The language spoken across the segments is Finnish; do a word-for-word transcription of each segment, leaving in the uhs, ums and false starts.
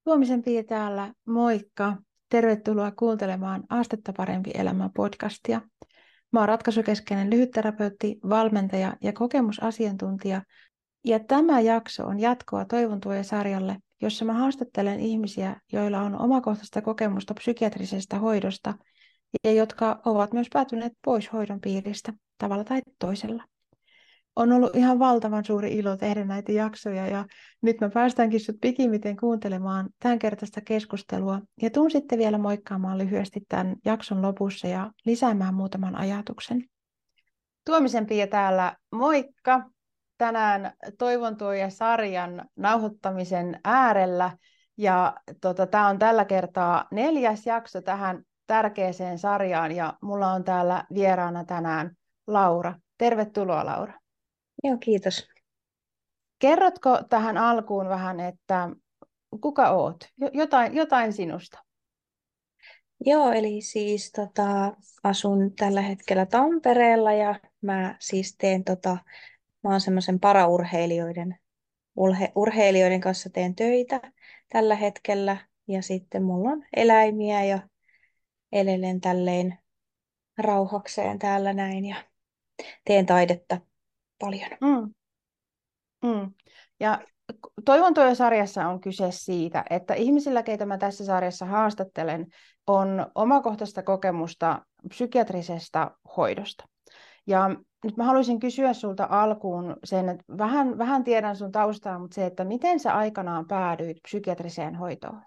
Tuomisen Pia täällä, moikka! Tervetuloa kuuntelemaan Astetta parempi elämä podcastia. Mä oon ratkaisukeskeinen lyhytterapeutti, valmentaja ja kokemusasiantuntija. Ja tämä jakso on jatkoa Toivon tue-sarjalle, jossa mä haastattelen ihmisiä, joilla on omakohtaista kokemusta psykiatrisesta hoidosta ja jotka ovat myös päätyneet pois hoidon piiristä tavalla tai toisella. On ollut ihan valtavan suuri ilo tehdä näitä jaksoja ja nyt mä päästäänkin sut pikimmiten kuuntelemaan tämänkertaista keskustelua ja tuun sitten vielä moikkaamaan lyhyesti tämän jakson lopussa ja lisäämään muutaman ajatuksen. Tuomisen Pia täällä, moikka! Tänään Toivon tuoja-sarjan nauhoittamisen äärellä ja tota, tämä on tällä kertaa neljäs jakso tähän tärkeäseen sarjaan ja mulla on täällä vieraana tänään Laura. Tervetuloa Laura. Joo, kiitos. Kerrotko tähän alkuun vähän, että kuka oot? Jotain, jotain sinusta. Joo, eli siis tota, asun tällä hetkellä Tampereella ja mä siis teen tota, mä oon semmoisen paraurheilijoiden urhe, urheilijoiden kanssa teen töitä tällä hetkellä ja sitten mulla on eläimiä ja elelen tälleen rauhakseen täällä näin ja teen taidetta paljon. Mm, mm. Ja Toivon tuoja-sarjassa on kyse siitä, että ihmisillä, keitä mä tässä sarjassa haastattelen, on omakohtaista kokemusta psykiatrisesta hoidosta. Ja nyt mä haluaisin kysyä sulta alkuun sen, että vähän, vähän tiedän sun taustaa, mutta se, että miten sä aikanaan päädyit psykiatriseen hoitoon?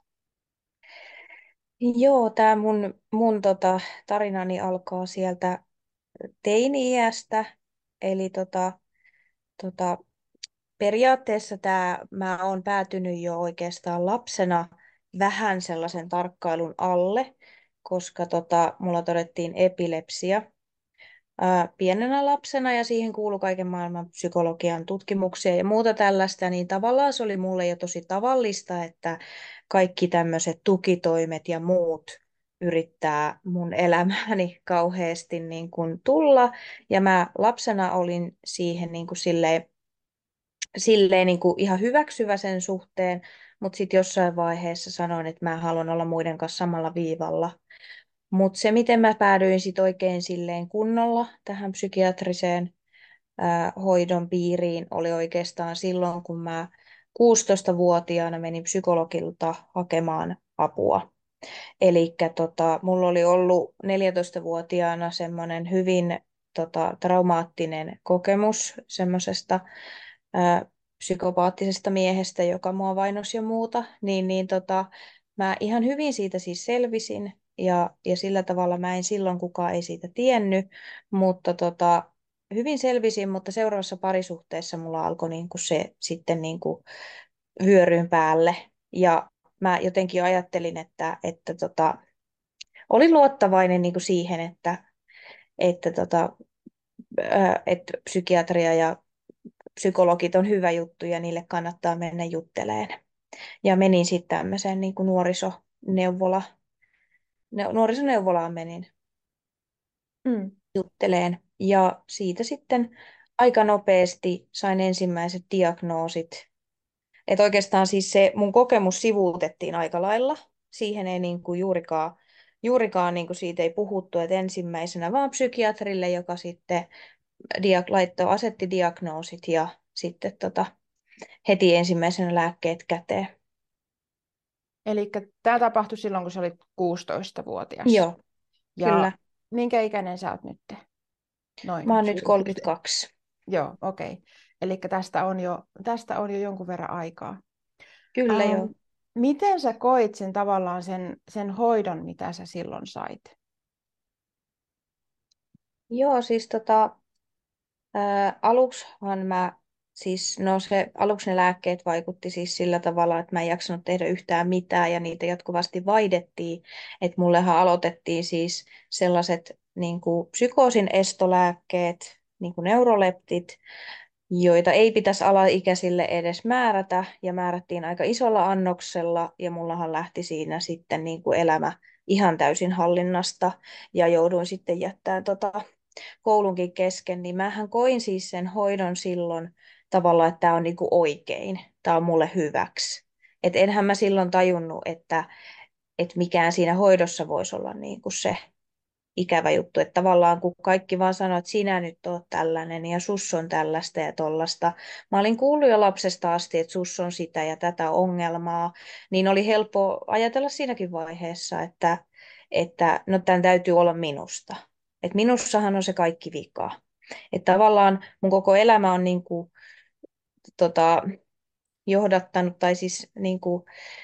Joo, tämä mun, mun tota, tarinani alkaa sieltä teini-iästä, eli tota, tota, periaatteessa tämä, mä oon päätynyt jo oikeastaan lapsena vähän sellaisen tarkkailun alle, koska tota, mulla todettiin epilepsia ää, pienenä lapsena ja siihen kuului kaiken maailman psykologian tutkimuksia ja muuta tällaista, niin tavallaan se oli mulle jo tosi tavallista, että kaikki tämmöiset tukitoimet ja muut yrittää mun elämääni kauheasti niin kuin tulla. Ja mä lapsena olin siihen niin kuin silleen silleen niin kuin ihan hyväksyvä sen suhteen, mutta sitten jossain vaiheessa sanoin, että mä haluan olla muiden kanssa samalla viivalla. Mutta se, miten mä päädyin sitten oikein silleen kunnolla tähän psykiatriseen ää, hoidon piiriin, oli oikeastaan silloin, kun mä kuusitoistavuotiaana menin psykologilta hakemaan apua. Eli tota, mulla oli ollut neljätoistavuotiaana semmoinen hyvin tota, traumaattinen kokemus semmoisesta psykopaattisesta miehestä, joka mua vainosi ja muuta, niin, niin tota, mä ihan hyvin siitä siis selvisin ja, ja sillä tavalla mä en silloin kukaan ei siitä tiennyt, mutta tota, hyvin selvisin, mutta seuraavassa parisuhteessa mulla alkoi niinku se sitten niinku vyöryyn päälle ja mä jotenkin ajattelin, että, että tota, olin luottavainen niinku siihen, että, että, tota, ää, että psykiatria ja psykologit on hyvä juttu ja niille kannattaa mennä jutteleen. Ja menin sitten tämmöiseen niin kuin nuorisoneuvola, ne- nuorisoneuvolaan menin Mm. jutteleen. Ja siitä sitten aika nopeasti sain ensimmäiset diagnoosit. Että oikeastaan siis se mun kokemus sivuutettiin aika lailla. Siihen ei niin kuin juurikaan, juurikaan niin kuin siitä ei puhuttu, että ensimmäisenä vaan psykiatrille, joka sitten diag- laittoi, asetti diagnoosit ja sitten tota, heti ensimmäisenä lääkkeet käteen. Eli tämä tapahtui silloin, kun sä olit kuusitoistavuotias. Joo, Ja kyllä. minkä ikäinen sä oot nyt? Mä Noin oon nyt suurin piirtein. kolmekymmentäkaksi. Joo, okei. Okay. Eli tästä on jo, tästä on jo jonkun verran aikaa. Kyllä Ähm, joo. miten sä koit sen tavallaan sen, sen hoidon, mitä sä silloin sait? Joo, siis tota, ää, aluksihan mä, siis no se, aluksi ne lääkkeet vaikutti siis sillä tavalla, että mä en jaksanut tehdä yhtään mitään ja niitä jatkuvasti vaihdettiin. Että mullehan aloitettiin siis sellaiset niin kuin psykoosin estolääkkeet, niin kuin neuroleptit, joita ei pitäisi alaikäisille edes määrätä, ja määrättiin aika isolla annoksella, ja mullahan lähti siinä sitten niin kuin elämä ihan täysin hallinnasta, ja jouduin sitten jättämään tota koulunkin kesken, niin mähän koin siis sen hoidon silloin tavallaan, että tämä on niin kuin oikein, tämä on mulle hyväksi. Et enhän mä silloin tajunnut, että, että mikään siinä hoidossa voisi olla niin kuin se ikävä juttu, että tavallaan kun kaikki vaan sanoo, että sinä nyt oot tällainen ja sus on tällaista ja tollasta. Mä olin kuullut jo lapsesta asti, että sus on sitä ja tätä ongelmaa, niin oli helppo ajatella siinäkin vaiheessa, että, että no tämän täytyy olla minusta. Että minussahan on se kaikki vika. Että tavallaan mun koko elämä on niin kuin, tota, johdattanut, tai siis niin kuin,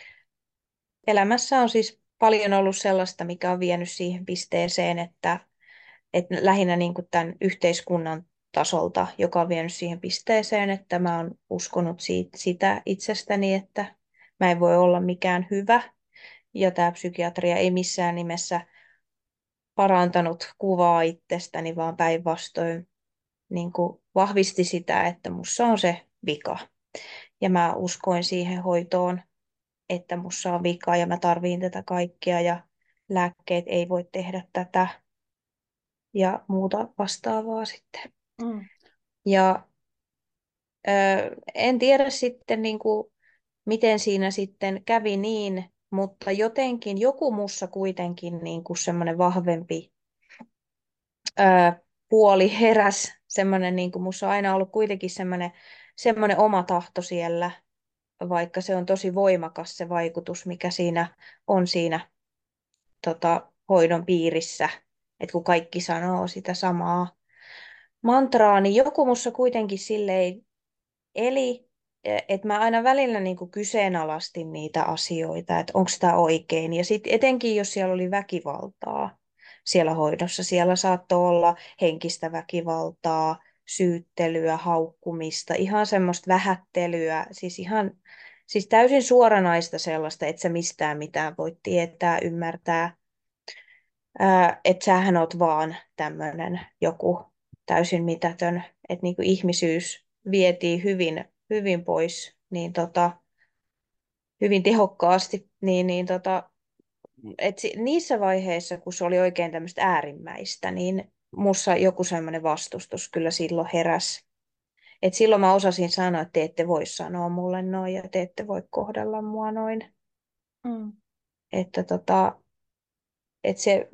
elämässä on siis paljon ollut sellaista, mikä on vienyt siihen pisteeseen, että että lähinnä niin kuin tämän yhteiskunnan tasolta, joka on vienyt siihen pisteeseen, että mä oon uskonut siitä, sitä itsestäni, että mä en voi olla mikään hyvä. Ja tämä psykiatria ei missään nimessä parantanut kuvaa itsestäni, vaan päinvastoin niin kuin vahvisti sitä, että mussa on se vika. Ja mä uskoin siihen hoitoon, että mussa on vika ja mä tarviin tätä kaikkea ja lääkkeet ei voi tehdä tätä ja muuta vastaavaa sitten. Mm. Ja Ö, en tiedä sitten, niin kuin, miten siinä sitten kävi niin, mutta jotenkin joku mussa kuitenkin niin kuin semmoinen vahvempi ö, puoli heräs. Semmoinen, niin kuin mussa on aina ollut kuitenkin semmoinen, semmoinen oma tahto siellä, vaikka se on tosi voimakas se vaikutus, mikä siinä on siinä tota, hoidon piirissä. Että kun kaikki sanoo sitä samaa mantraa, niin joku mussa kuitenkin silleen eli että mä aina välillä niin kuin kyseenalaistin niitä asioita, että onko tämä oikein. Ja sitten etenkin, jos siellä oli väkivaltaa siellä hoidossa, siellä saattoi olla henkistä väkivaltaa, syyttelyä, haukkumista, ihan semmoista vähättelyä, siis ihan siis täysin suoranaista sellaista, että sä mistään mitään voit tietää, ymmärtää, ää, että sähän oot vaan tämmöinen joku täysin mitätön, että niin kuin ihmisyys vietiin hyvin, hyvin pois, niin tota, hyvin tehokkaasti, niin, niin tota, et si- niissä vaiheissa, kun se oli oikein tämmöistä äärimmäistä, niin mussa joku semmoinen vastustus kyllä silloin heräsi. Et silloin mä osasin sanoa, että te ette voi sanoa mulle noin ja te ette voi kohdella mua noin. Mm. Että tota, et se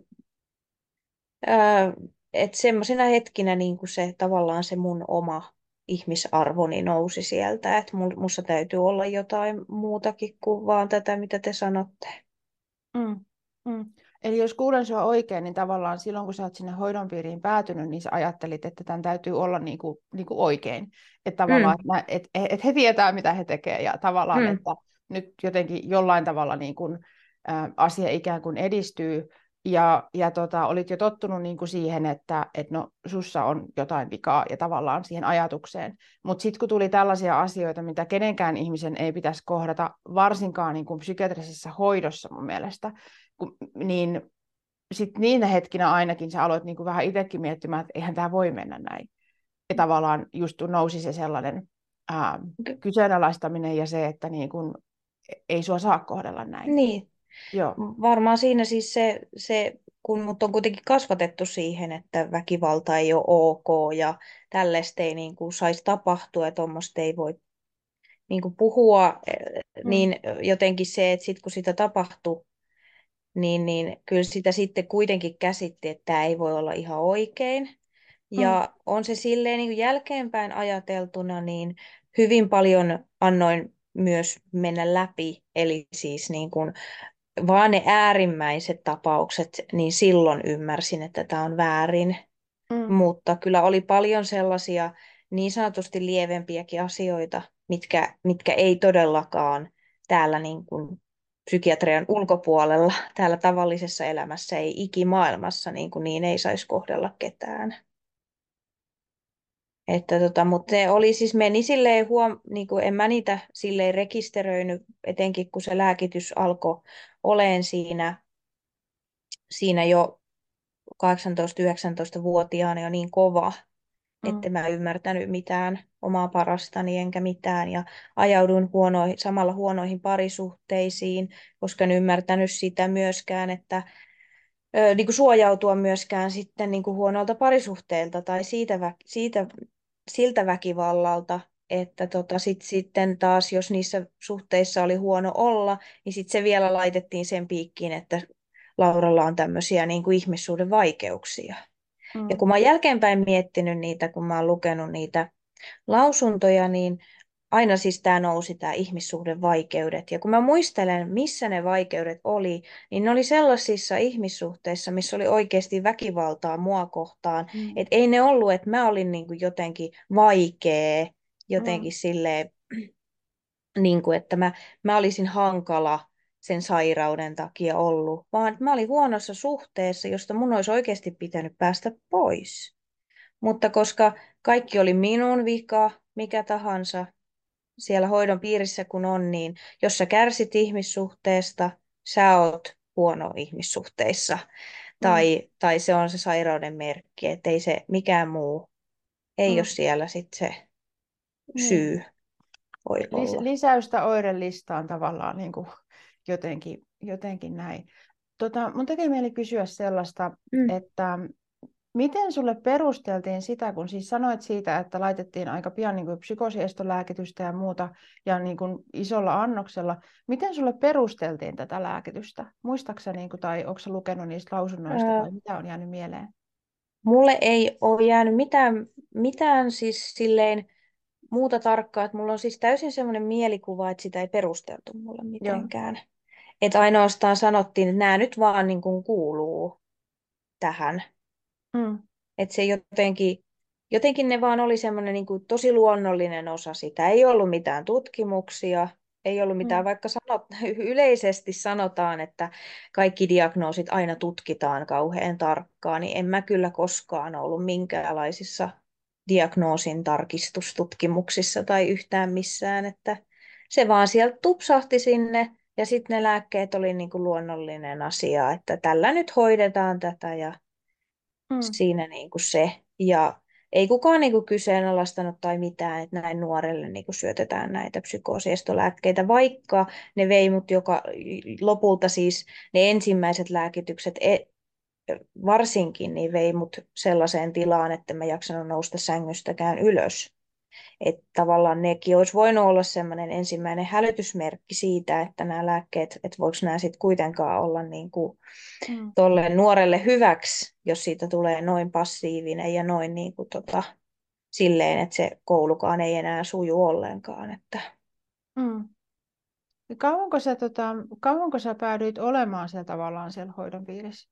Ää, että semmoisina hetkinä niin kuin se tavallaan se mun oma ihmisarvoni nousi sieltä, että mun, musta täytyy olla jotain muutakin kuin vaan tätä, mitä te sanotte. Mm, mm. Eli jos kuulen sinua oikein, niin tavallaan silloin, kun sä oot sinne hoidon piiriin päätynyt, niin sä ajattelit, että tämän täytyy olla niin kuin, niin kuin oikein. Että tavallaan, Mm, että, että, että he tietää, mitä he tekevät, ja tavallaan, mm, että nyt jotenkin jollain tavalla niin kuin, ä, asia ikään kuin edistyy, ja, ja tota, olit jo tottunut niin kuin siihen, että et no, sussa on jotain vikaa, ja tavallaan siihen ajatukseen. Mutta sitten kun tuli tällaisia asioita, mitä kenenkään ihmisen ei pitäisi kohdata, varsinkaan niin kuin psykiatrisessa hoidossa mun mielestä, kun, niin sitten niinä hetkinä ainakin sä aloit niin kuin vähän itsekin miettimään, että eihän tämä voi mennä näin. Ja tavallaan just nousi se sellainen ää, ky- kyseenalaistaminen ja se, että niin kuin, ei sua saa kohdella näin. niin, Joo. varmaan siinä siis se, se, kun mut on kuitenkin kasvatettu siihen, että väkivalta ei ole ok ja tällaista ei niin kuin saisi tapahtua ja tuommoista ei voi niin kuin puhua, eh, Mm, niin jotenkin se, että sit kun sitä tapahtuu, niin, niin kyllä sitä sitten kuitenkin käsitti, että tämä ei voi olla ihan oikein. mm, Ja on se silleen niin kuin jälkeenpäin ajateltuna, niin hyvin paljon annoin myös mennä läpi. Eli siis niin kuin vaan ne äärimmäiset tapaukset, niin silloin ymmärsin, että tämä on väärin. mm, Mutta kyllä oli paljon sellaisia niin sanotusti lievempiäkin asioita, mitkä, mitkä ei todellakaan täällä niin kuin psykiatrian ulkopuolella, täällä tavallisessa elämässä, ei ikimaailmassa, niin kuin niin ei saisi kohdella ketään. Että tota, mutta se oli siis meni silleen huom, niin kuin en mä niitä silleen rekisteröinyt, etenkin kun se lääkitys alkoi oleen siinä, siinä jo kahdeksantoista-yhdeksäntoista-vuotiaana jo niin kova, mm, että mä ymmärtänyt mitään omaa parastani enkä mitään ja ajauduin huonoihin, samalla huonoihin parisuhteisiin, koska en ymmärtänyt sitä myöskään, että ö, niin kuin suojautua myöskään sitten niin kuin huonolta parisuhteelta tai siitä, vä, siitä siltä väkivallalta, että tota, sit, sitten taas, jos niissä suhteissa oli huono olla, niin sitten se vielä laitettiin sen piikkiin, että Lauralla on tämmöisiä niin kuin ihmissuhdevaikeuksia. Ja Mm. kun mä oon jälkeenpäin miettinyt niitä, kun mä oon lukenut niitä lausuntoja, niin aina siis tämä nousi, tämä ihmissuhdevaikeudet. Ja kun mä muistelen, missä ne vaikeudet oli, niin ne oli sellaisissa ihmissuhteissa, missä oli oikeasti väkivaltaa mua kohtaan. Mm. Että ei ne ollut, että mä olin niin kuin jotenkin vaikea, Mm. jotenkin silleen, niin kuin, että mä, mä olisin hankala sen sairauden takia ollut, vaan että mä olin huonossa suhteessa, josta mun olisi oikeasti pitänyt päästä pois. Mutta koska kaikki oli minun vika, mikä tahansa, siellä hoidon piirissä kun on, niin jos sä kärsit ihmissuhteesta, sä oot huono ihmissuhteissa. Mm. Tai, tai se on se sairauden merkki, että ei se mikään muu, ei ole Mm. siellä sit se Niin. syy voi Lis- olla. lisäystä oirelistaan tavallaan niin kuin jotenkin, jotenkin näin. Tota, mun tekee mieli kysyä sellaista, Mm. että miten sulle perusteltiin sitä, kun siis sanoit siitä, että laitettiin aika pian niin kuin psykoosiestolääkitystä ja muuta ja niin kuin isolla annoksella. Miten sulle perusteltiin tätä lääkitystä? Muistaaksä niin kuin, tai onko lukenut niistä lausunnoista Ää, tai mitä on jäänyt mieleen? mulle ei ole jäänyt mitään, mitään siis silleen muuta tarkkaa, että mulla on siis täysin semmoinen mielikuva, että sitä ei perusteltu mulle Joo. mitenkään. Että ainoastaan sanottiin, että nämä nyt vaan niin kuin kuuluu tähän. Mm. Että se jotenkin, jotenkin ne vaan oli semmoinen niin kuin tosi luonnollinen osa sitä. Ei ollut mitään tutkimuksia, ei ollut mitään, Mm. vaikka sanot, yleisesti sanotaan, että kaikki diagnoosit aina tutkitaan kauhean tarkkaan, niin en mä kyllä koskaan ollut minkäänlaisissa diagnoosin tarkistustutkimuksissa tai yhtään missään, että se vaan sieltä tupsahti sinne ja sitten ne lääkkeet oli niin kuin luonnollinen asia, että tällä nyt hoidetaan tätä ja Mm. siinä niin kuin se. Ja ei kukaan niin kuin kyseenalaistanut tai mitään, että näin nuorelle niin kuin syötetään näitä psykoosiestolääkkeitä, vaikka ne vei mut joka, lopulta siis ne ensimmäiset lääkitykset e- varsinkin niin vei mut sellaiseen tilaan, että mä jaksanut nousta sängystäkään ylös. Että tavallaan nekin olisi voinut olla sellainen ensimmäinen hälytysmerkki siitä, että nämä lääkkeet, että voiko nämä sitten kuitenkaan olla niin kuin Mm. tolle nuorelle hyväksi, jos siitä tulee noin passiivinen ja noin niin kuin tota, silleen, että se koulukaan ei enää suju ollenkaan. Että. Mm. Ja Kauanko sä, tota, kauanko sä päädyit olemaan siellä tavallaan siellä hoidon piirissä?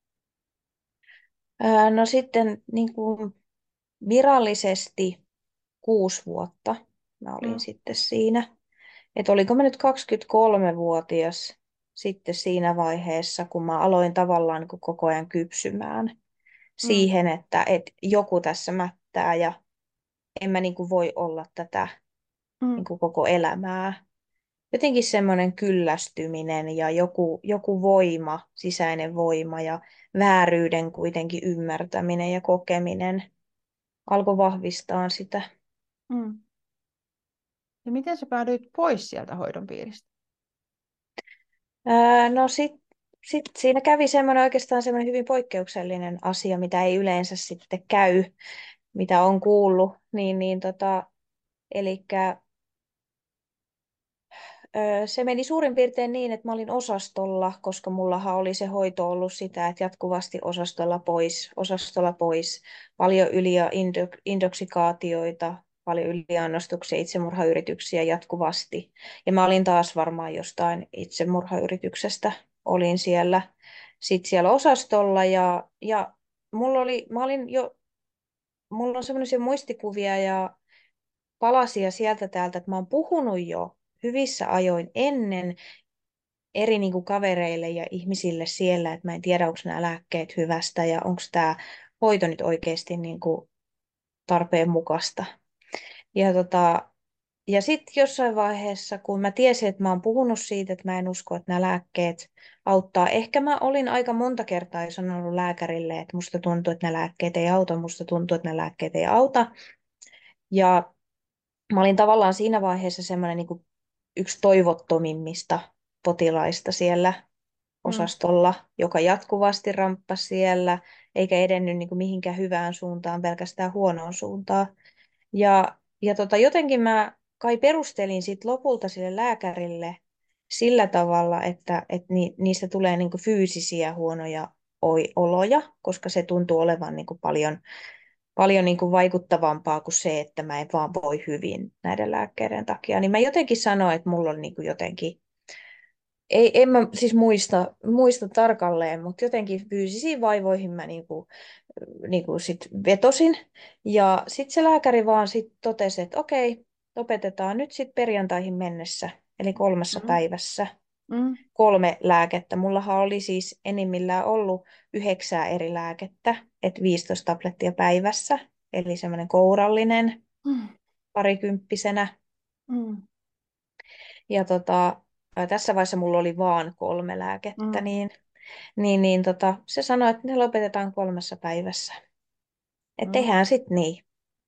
Ää, no sitten niin kuin virallisesti kuusi vuotta mä olin Mm. sitten siinä. Että olinko mä nyt kaksikymmentäkolmevuotias sitten siinä vaiheessa, kun mä aloin tavallaan niin kuin koko ajan kypsymään Mm. siihen, että, että joku tässä mättää ja en mä niin kuin voi olla tätä niin Mm. kuin koko elämää. Jotenkin semmoinen kyllästyminen ja joku, joku voima, sisäinen voima ja vääryyden kuitenkin ymmärtäminen ja kokeminen alkoi vahvistaa sitä. Mm. Ja miten sä päädyit pois sieltä hoidon piiristä? Ää, no sitten sit siinä kävi semmoinen oikeastaan semmoinen hyvin poikkeuksellinen asia, mitä ei yleensä sitten käy, mitä on kuullut, niin, niin tota, eli se meni suurin piirtein niin, että mä olin osastolla, koska mullahan oli se hoito ollut sitä, että jatkuvasti osastolla pois, osastolla pois, paljon yli- ja indok- indoksikaatioita, paljon yliannostuksia, itsemurhayrityksiä jatkuvasti. Ja mä olin taas varmaan jostain itsemurhayrityksestä, olin siellä, sit siellä osastolla ja, ja mulla oli, mä olin jo, mulla on semmoisia muistikuvia ja palasia sieltä täältä, että mä oon puhunut jo hyvissä ajoin ennen eri niin kuin kavereille ja ihmisille siellä, että mä en tiedä, onko nämä lääkkeet hyvästä ja onko tämä hoito nyt oikeasti niin kuin tarpeen mukaista. Ja, tota, ja sitten jossain vaiheessa, kun mä tiesin, että mä oon puhunut siitä, että mä en usko, että nämä lääkkeet auttaa. Ehkä mä olin aika monta kertaa jo sanonut lääkärille, että musta tuntuu, että nämä lääkkeet ei auta, musta tuntuu, että nämä lääkkeet ei auta. Ja mä olin tavallaan siinä vaiheessa semmoinen niin kuin yksi toivottomimmista potilaista siellä Mm. osastolla, joka jatkuvasti ramppasi siellä, eikä edennyt niin kuin mihinkään hyvään suuntaan, pelkästään huonoon suuntaan. Ja, ja tota, jotenkin mä kai perustelin sit lopulta sille lääkärille sillä tavalla, että, että ni, niistä tulee niin kuin fyysisiä huonoja oi- oloja, koska se tuntuu olevan niin kuin paljon, paljon niin kuin vaikuttavampaa kuin se, että mä en vaan voi hyvin näiden lääkkeiden takia. Niin mä jotenkin sanoin, että mulla on niin kuin jotenkin, ei, en mä siis muista, muista tarkalleen, mutta jotenkin fyysisiin vaivoihin mä niin kuin, niin kuin sit vetosin. Ja sitten se lääkäri vaan sit totesi, että okei, lopetetaan nyt sitten perjantaihin mennessä, eli kolmessa Mm, päivässä mm, kolme lääkettä. Mullahan oli siis enimmillään ollut yhdeksää eri lääkettä, että viisitoista tablettia päivässä, eli semmoinen kourallinen mm, parikymppisenä. mm, Ja tota, ää, tässä vaiheessa mulla oli vaan kolme lääkettä, mm, niin, niin, niin tota, se sanoi, että ne lopetetaan kolmessa päivässä. Että mm, tehdään sitten niin.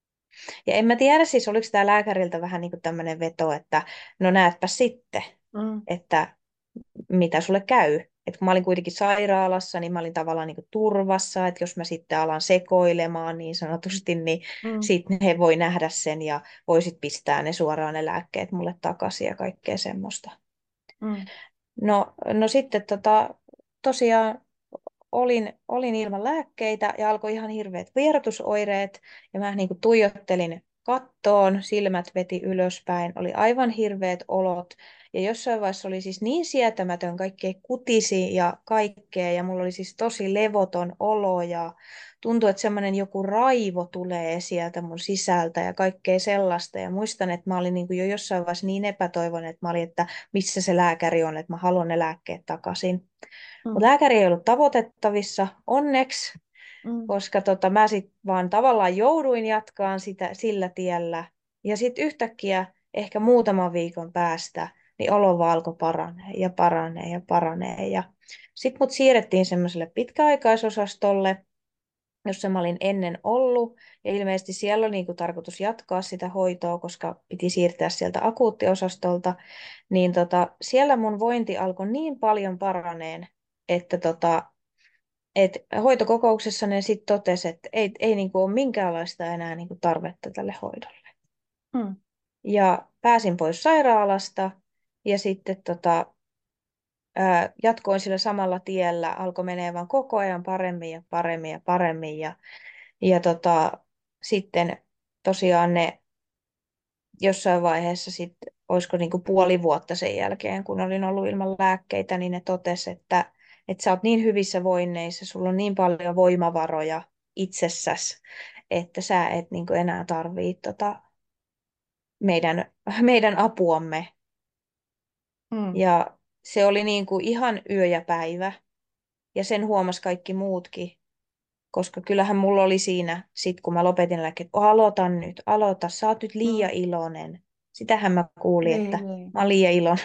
Ja en mä tiedä siis, oliko tämä lääkäriltä vähän niin kuin tämmöinen veto, että no näetpä sitten, mm, että mitä sulle käy. Et kun mä olin kuitenkin sairaalassa, niin mä olin tavallaan niin kuin turvassa, että jos mä sitten alan sekoilemaan niin sanotusti, niin mm, sitten he voi nähdä sen ja voisit pistää ne suoraan ne lääkkeet mulle takaisin ja kaikkea semmoista. mm, No, no sitten tota, tosiaan olin, olin ilman lääkkeitä ja alkoi ihan hirveät vierotusoireet ja mä niin kuin tuijottelin kattoon, silmät veti ylöspäin, oli aivan hirveät olot ja jossain vaiheessa oli siis niin sietämätön, kaikkea kutisi ja kaikkea ja mulla oli siis tosi levoton olo ja tuntui, että semmoinen joku raivo tulee sieltä mun sisältä ja kaikkea sellaista ja muistan, että mä olin niin kuin jo jossain vaiheessa niin epätoivoinen, että mä olin, että missä se lääkäri on, että mä haluan ne lääkkeet takaisin. mm, Mutta lääkäri ei ollut tavoitettavissa, onneksi, mm, koska tota, mä sitten vaan tavallaan jouduin jatkaan sitä sillä tiellä. Ja sitten yhtäkkiä, ehkä muutaman viikon päästä, niin olo vaan alkoi paranee ja paranee ja paranee. Ja sitten mut siirrettiin semmoiselle pitkäaikaisosastolle, jossa mä olin ennen ollut. Ja ilmeisesti siellä oli niinku tarkoitus jatkaa sitä hoitoa, koska piti siirtää sieltä akuuttiosastolta. Niin tota, siellä mun vointi alkoi niin paljon paraneen, että tota, et hoitokokouksessa ne sitten totesi, että ei, ei niinku ole minkäänlaista enää niinku tarvetta tälle hoidolle. mm, Ja pääsin pois sairaalasta ja sitten tota, ää, jatkoin sillä samalla tiellä, alkoi menee vaan koko ajan paremmin ja paremmin ja paremmin. Ja, ja tota, sitten tosiaan ne jossain vaiheessa sitten, olisiko niinku puoli vuotta sen jälkeen, kun olin ollut ilman lääkkeitä, niin ne totesi, että, että sä oot niin hyvissä voinneissa, sulla on niin paljon voimavaroja itsessäsi, että sä et niinku enää tarvii tota meidän, meidän apuamme. mm, Ja se oli niinku ihan yö ja päivä, ja sen huomasi kaikki muutkin, koska kyllähän mulla oli siinä, sit kun mä lopetin lääkkeet, että aloita nyt, aloita, sä oot nyt liian mm. iloinen. Sitähän mä kuulin, että Niin, niin. mä oon liian iloinen.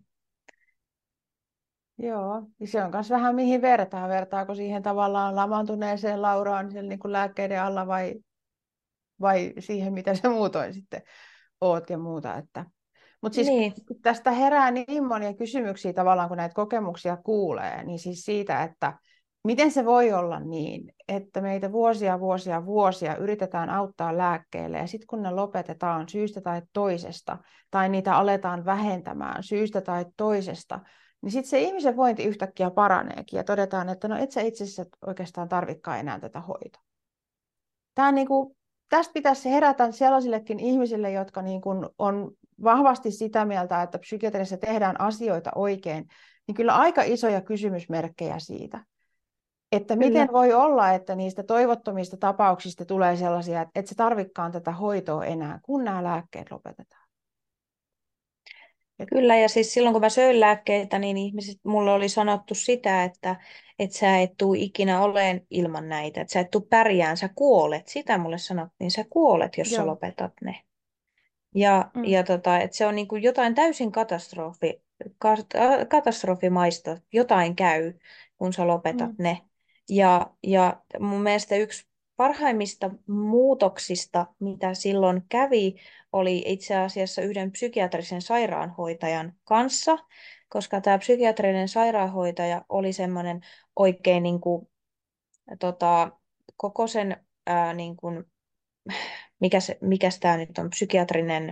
Joo, ja se on myös vähän mihin vertaa. Vertaako siihen tavallaan lamaantuneeseen Lauraan siellä niin kuin lääkkeiden alla vai, vai siihen, mitä se muutoin sitten oot ja muuta. Että. Mutta siis Niin, tästä herää niin monia kysymyksiä tavallaan, kun näitä kokemuksia kuulee, niin siis siitä, että miten se voi olla niin, että meitä vuosia, vuosia, vuosia yritetään auttaa lääkkeelle ja sitten kun ne lopetetaan syystä tai toisesta, tai niitä aletaan vähentämään syystä tai toisesta, niin sitten se ihmisen vointi yhtäkkiä paraneekin ja todetaan, että no et sä itse asiassa oikeastaan tarvikaan enää tätä hoitoa. Tämä niin kuin, tästä pitäisi herätä sellaisillekin ihmisille, jotka niin kuin on vahvasti sitä mieltä, että psykiatriassa tehdään asioita oikein, niin kyllä aika isoja kysymysmerkkejä siitä, että miten kyllä. voi olla, että niistä toivottomista tapauksista tulee sellaisia, että et se tarvikaan tätä hoitoa enää, kun nämä lääkkeet lopetetaan. Et, Kyllä, ja siis silloin kun mä söin lääkkeitä, niin ihmiset, mulle oli sanottu sitä, että, että sä et tuu ikinä oleen ilman näitä, että sä et tuu pärjään, sä kuolet. Sitä mulle sanottiin, sä kuolet, jos sä joo. lopetat ne. Ja, Mm, ja tota, että se on niin kuin jotain täysin katastrofi, ka- katastrofimaista, jotain käy, kun sä lopetat mm, ne. Ja, ja mun mielestä yksi parhaimmista muutoksista, mitä silloin kävi, oli itse asiassa yhden psykiatrisen sairaanhoitajan kanssa, koska tämä psykiatrinen sairaanhoitaja oli semmoinen oikein niin kuin, tota, koko sen, ää, niin kuin, mikä, se, mikä tämä nyt on, psykiatrinen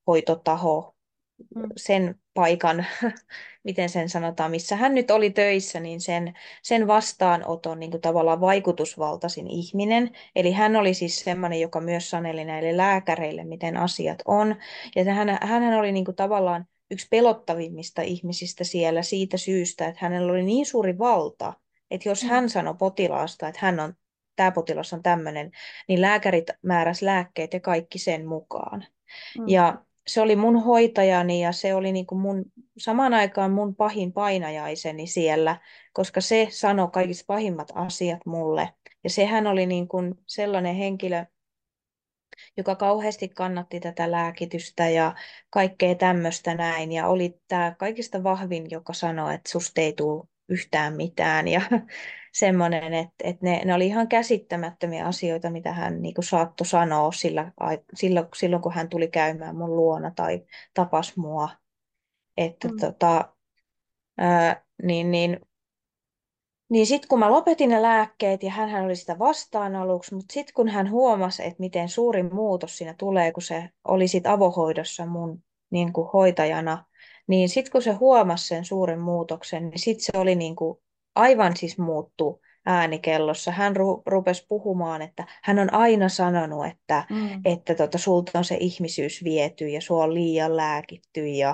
hoitotaho, Mm. sen paikan, miten sen sanotaan, missä hän nyt oli töissä, niin sen, sen vastaanoton niin kuin tavallaan vaikutusvaltaisin ihminen. Eli hän oli siis sellainen, joka myös saneli näille lääkäreille, miten asiat on. Ja hän, hän oli niin kuin tavallaan yksi pelottavimmista ihmisistä siellä siitä syystä, että hänellä oli niin suuri valta, että jos Mm. hän sanoi potilaasta, että hän on, tämä potilas on tämmöinen, niin lääkärit määräsi lääkkeet ja kaikki sen mukaan. Mm. Ja se oli mun hoitajani ja se oli niin kuin mun, samaan aikaan mun pahin painajaiseni siellä, koska se sanoi kaikista pahimmat asiat mulle. Ja sehän oli niin kuin sellainen henkilö, joka kauheasti kannatti tätä lääkitystä ja kaikkea tämmöistä näin. Ja oli tämä kaikista vahvin, joka sanoi, että susta ei tule yhtään mitään. Ja semmoinen, että, että ne, ne oli ihan käsittämättömiä asioita, mitä hän niin kuin saattoi sanoa sillä, ai- silloin, silloin, kun hän tuli käymään mun luona tai tapas mua. Että Mm. tota, ää, niin, niin niin sitten kun mä lopetin ne lääkkeet ja hän oli sitä vastaan aluksi, mutta sitten kun hän huomasi, että miten suuri muutos siinä tulee, kun se oli sit avohoidossa mun niin kuin hoitajana, niin sitten kun se huomasi sen suuren muutoksen, niin sitten se oli niin kuin aivan siis muuttu äänikellossa. Hän ru- rupesi puhumaan, että hän on aina sanonut, että, Mm. että tota, sulta on se ihmisyys viety ja sua on liian lääkitty ja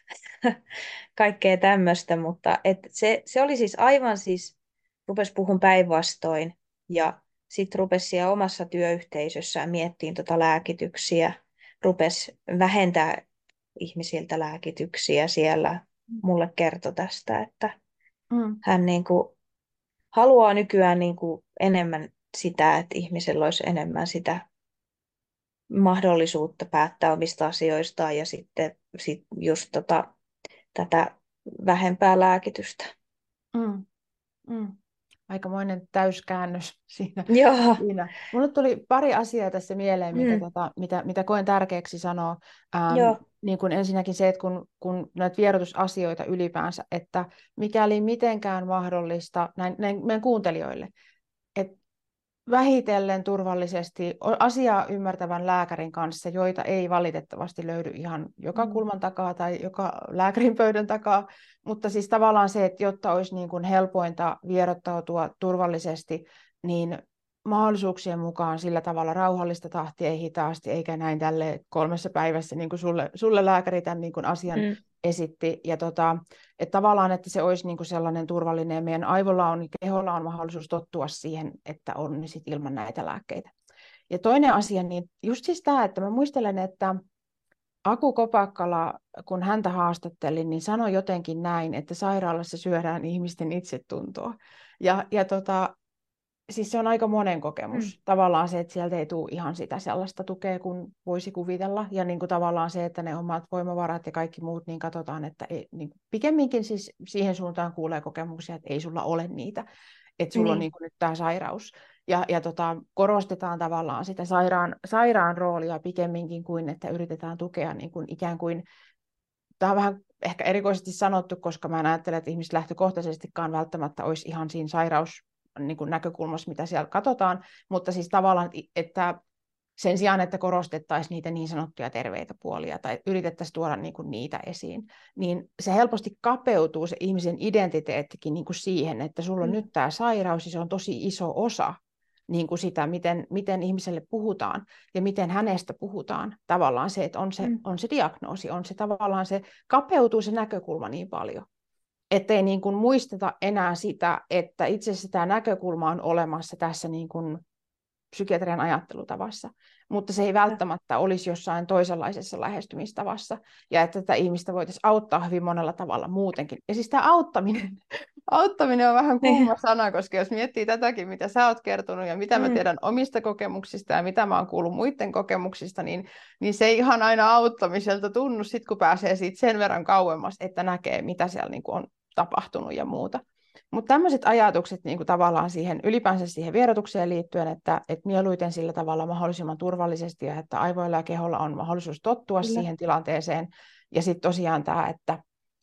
kaikkea tämmöistä, mutta et se, se oli siis aivan siis, rupesi puhun päinvastoin ja sitten rupesi siellä omassa työyhteisössään miettimään tota lääkityksiä, rupesi vähentää ihmisiltä lääkityksiä siellä. Mulle kertoi tästä, että Mm. hän niin kuin haluaa nykyään niin kuin enemmän sitä, että ihmisellä olisi enemmän sitä mahdollisuutta päättää omista asioistaan ja sitten sit just tota, tätä vähempää lääkitystä. Mm. Mm. Aikamoinen täyskäännös siinä. Joo. siinä. Mulle tuli pari asiaa tässä mieleen, mikä, Mm. tota, mitä, mitä koen tärkeäksi sanoa. Ähm, Joo. niin kuin ensinnäkin se, että kun, kun näitä vierotusasioita ylipäänsä, että mikäli mitenkään mahdollista näin, näin meidän kuuntelijoille, että vähitellen turvallisesti asiaa ymmärtävän lääkärin kanssa, joita ei valitettavasti löydy ihan joka Mm. kulman takaa tai joka lääkärin pöydän takaa, mutta siis tavallaan se, että jotta olisi niin kuin helpointa vierottautua turvallisesti, niin mahdollisuuksien mukaan sillä tavalla rauhallista tahtia, ei hitaasti, eikä näin tälle kolmessa päivässä, niin kuin sulle, sulle lääkäri tämän niin kuin asian Mm. esitti. Ja tota, että tavallaan, että se olisi niin kuin sellainen turvallinen, ja meidän aivolla on, keholla on mahdollisuus tottua siihen, että on niin sit ilman näitä lääkkeitä. Ja toinen asia, niin just siis tämä, että mä muistelen, että Aku Kopakkala, kun häntä haastattelin, niin sanoi jotenkin näin, että sairaalassa syödään ihmisten itsetuntoa. Ja, ja tota, siis se on aika monen Mm. kokemus. Tavallaan se, että sieltä ei tule ihan sitä sellaista tukea kuin voisi kuvitella. Ja niin kuin tavallaan se, että ne omat voimavarat ja kaikki muut, niin katsotaan, että ei, niin pikemminkin siis siihen suuntaan kuulee kokemuksia, että ei sulla ole niitä. Että sulla on Niin. niin kuin nyt tämä sairaus. Ja, ja tota, korostetaan tavallaan sitä sairaan, sairaan roolia pikemminkin kuin, että yritetään tukea niin kuin ikään kuin, tämä on vähän ehkä erikoisesti sanottu, koska mä en ajattele, että ihmiset lähtökohtaisestikaan välttämättä olisi ihan siinä sairaus niin kuin näkökulmassa, mitä siellä katsotaan, mutta siis tavallaan, että sen sijaan, että korostettaisiin niitä niin sanottuja terveitä puolia tai yritettäisiin tuoda niin kuin niitä esiin, niin se helposti kapeutuu se ihmisen identiteettikin niin kuin siihen, että sulla on Mm. nyt tämä sairaus ja se on tosi iso osa niin kuin sitä, miten, miten ihmiselle puhutaan ja miten hänestä puhutaan. Tavallaan se, että on se, Mm. on se diagnoosi, on se tavallaan se, kapeutuu se näkökulma niin paljon, ettei niin kuin muisteta enää sitä, että itse asiassa tämä näkökulma on olemassa tässä niin kuin psykiatrian ajattelutavassa, mutta se ei Ja. välttämättä olisi jossain toisenlaisessa lähestymistavassa, ja että tätä ihmistä voitaisiin auttaa hyvin monella tavalla muutenkin. Ja siis tämä auttaminen, auttaminen on vähän kuuma Niin. sana, koska jos miettii tätäkin, mitä sä oot kertonut, ja mitä mä Mm. tiedän omista kokemuksista, ja mitä mä oon kuullut muiden kokemuksista, niin, niin se ei ihan aina auttamiselta tunnu, sit kun pääsee siitä sen verran kauemmas, että näkee, mitä siellä niin kuin on tapahtunut ja muuta. Mutta tämmöiset ajatukset niin kuin tavallaan siihen, ylipäänsä siihen vierotukseen liittyen, että, että mieluiten sillä tavalla mahdollisimman turvallisesti ja että aivoilla ja keholla on mahdollisuus tottua Kyllä. siihen tilanteeseen. Ja sitten tosiaan tämä, että,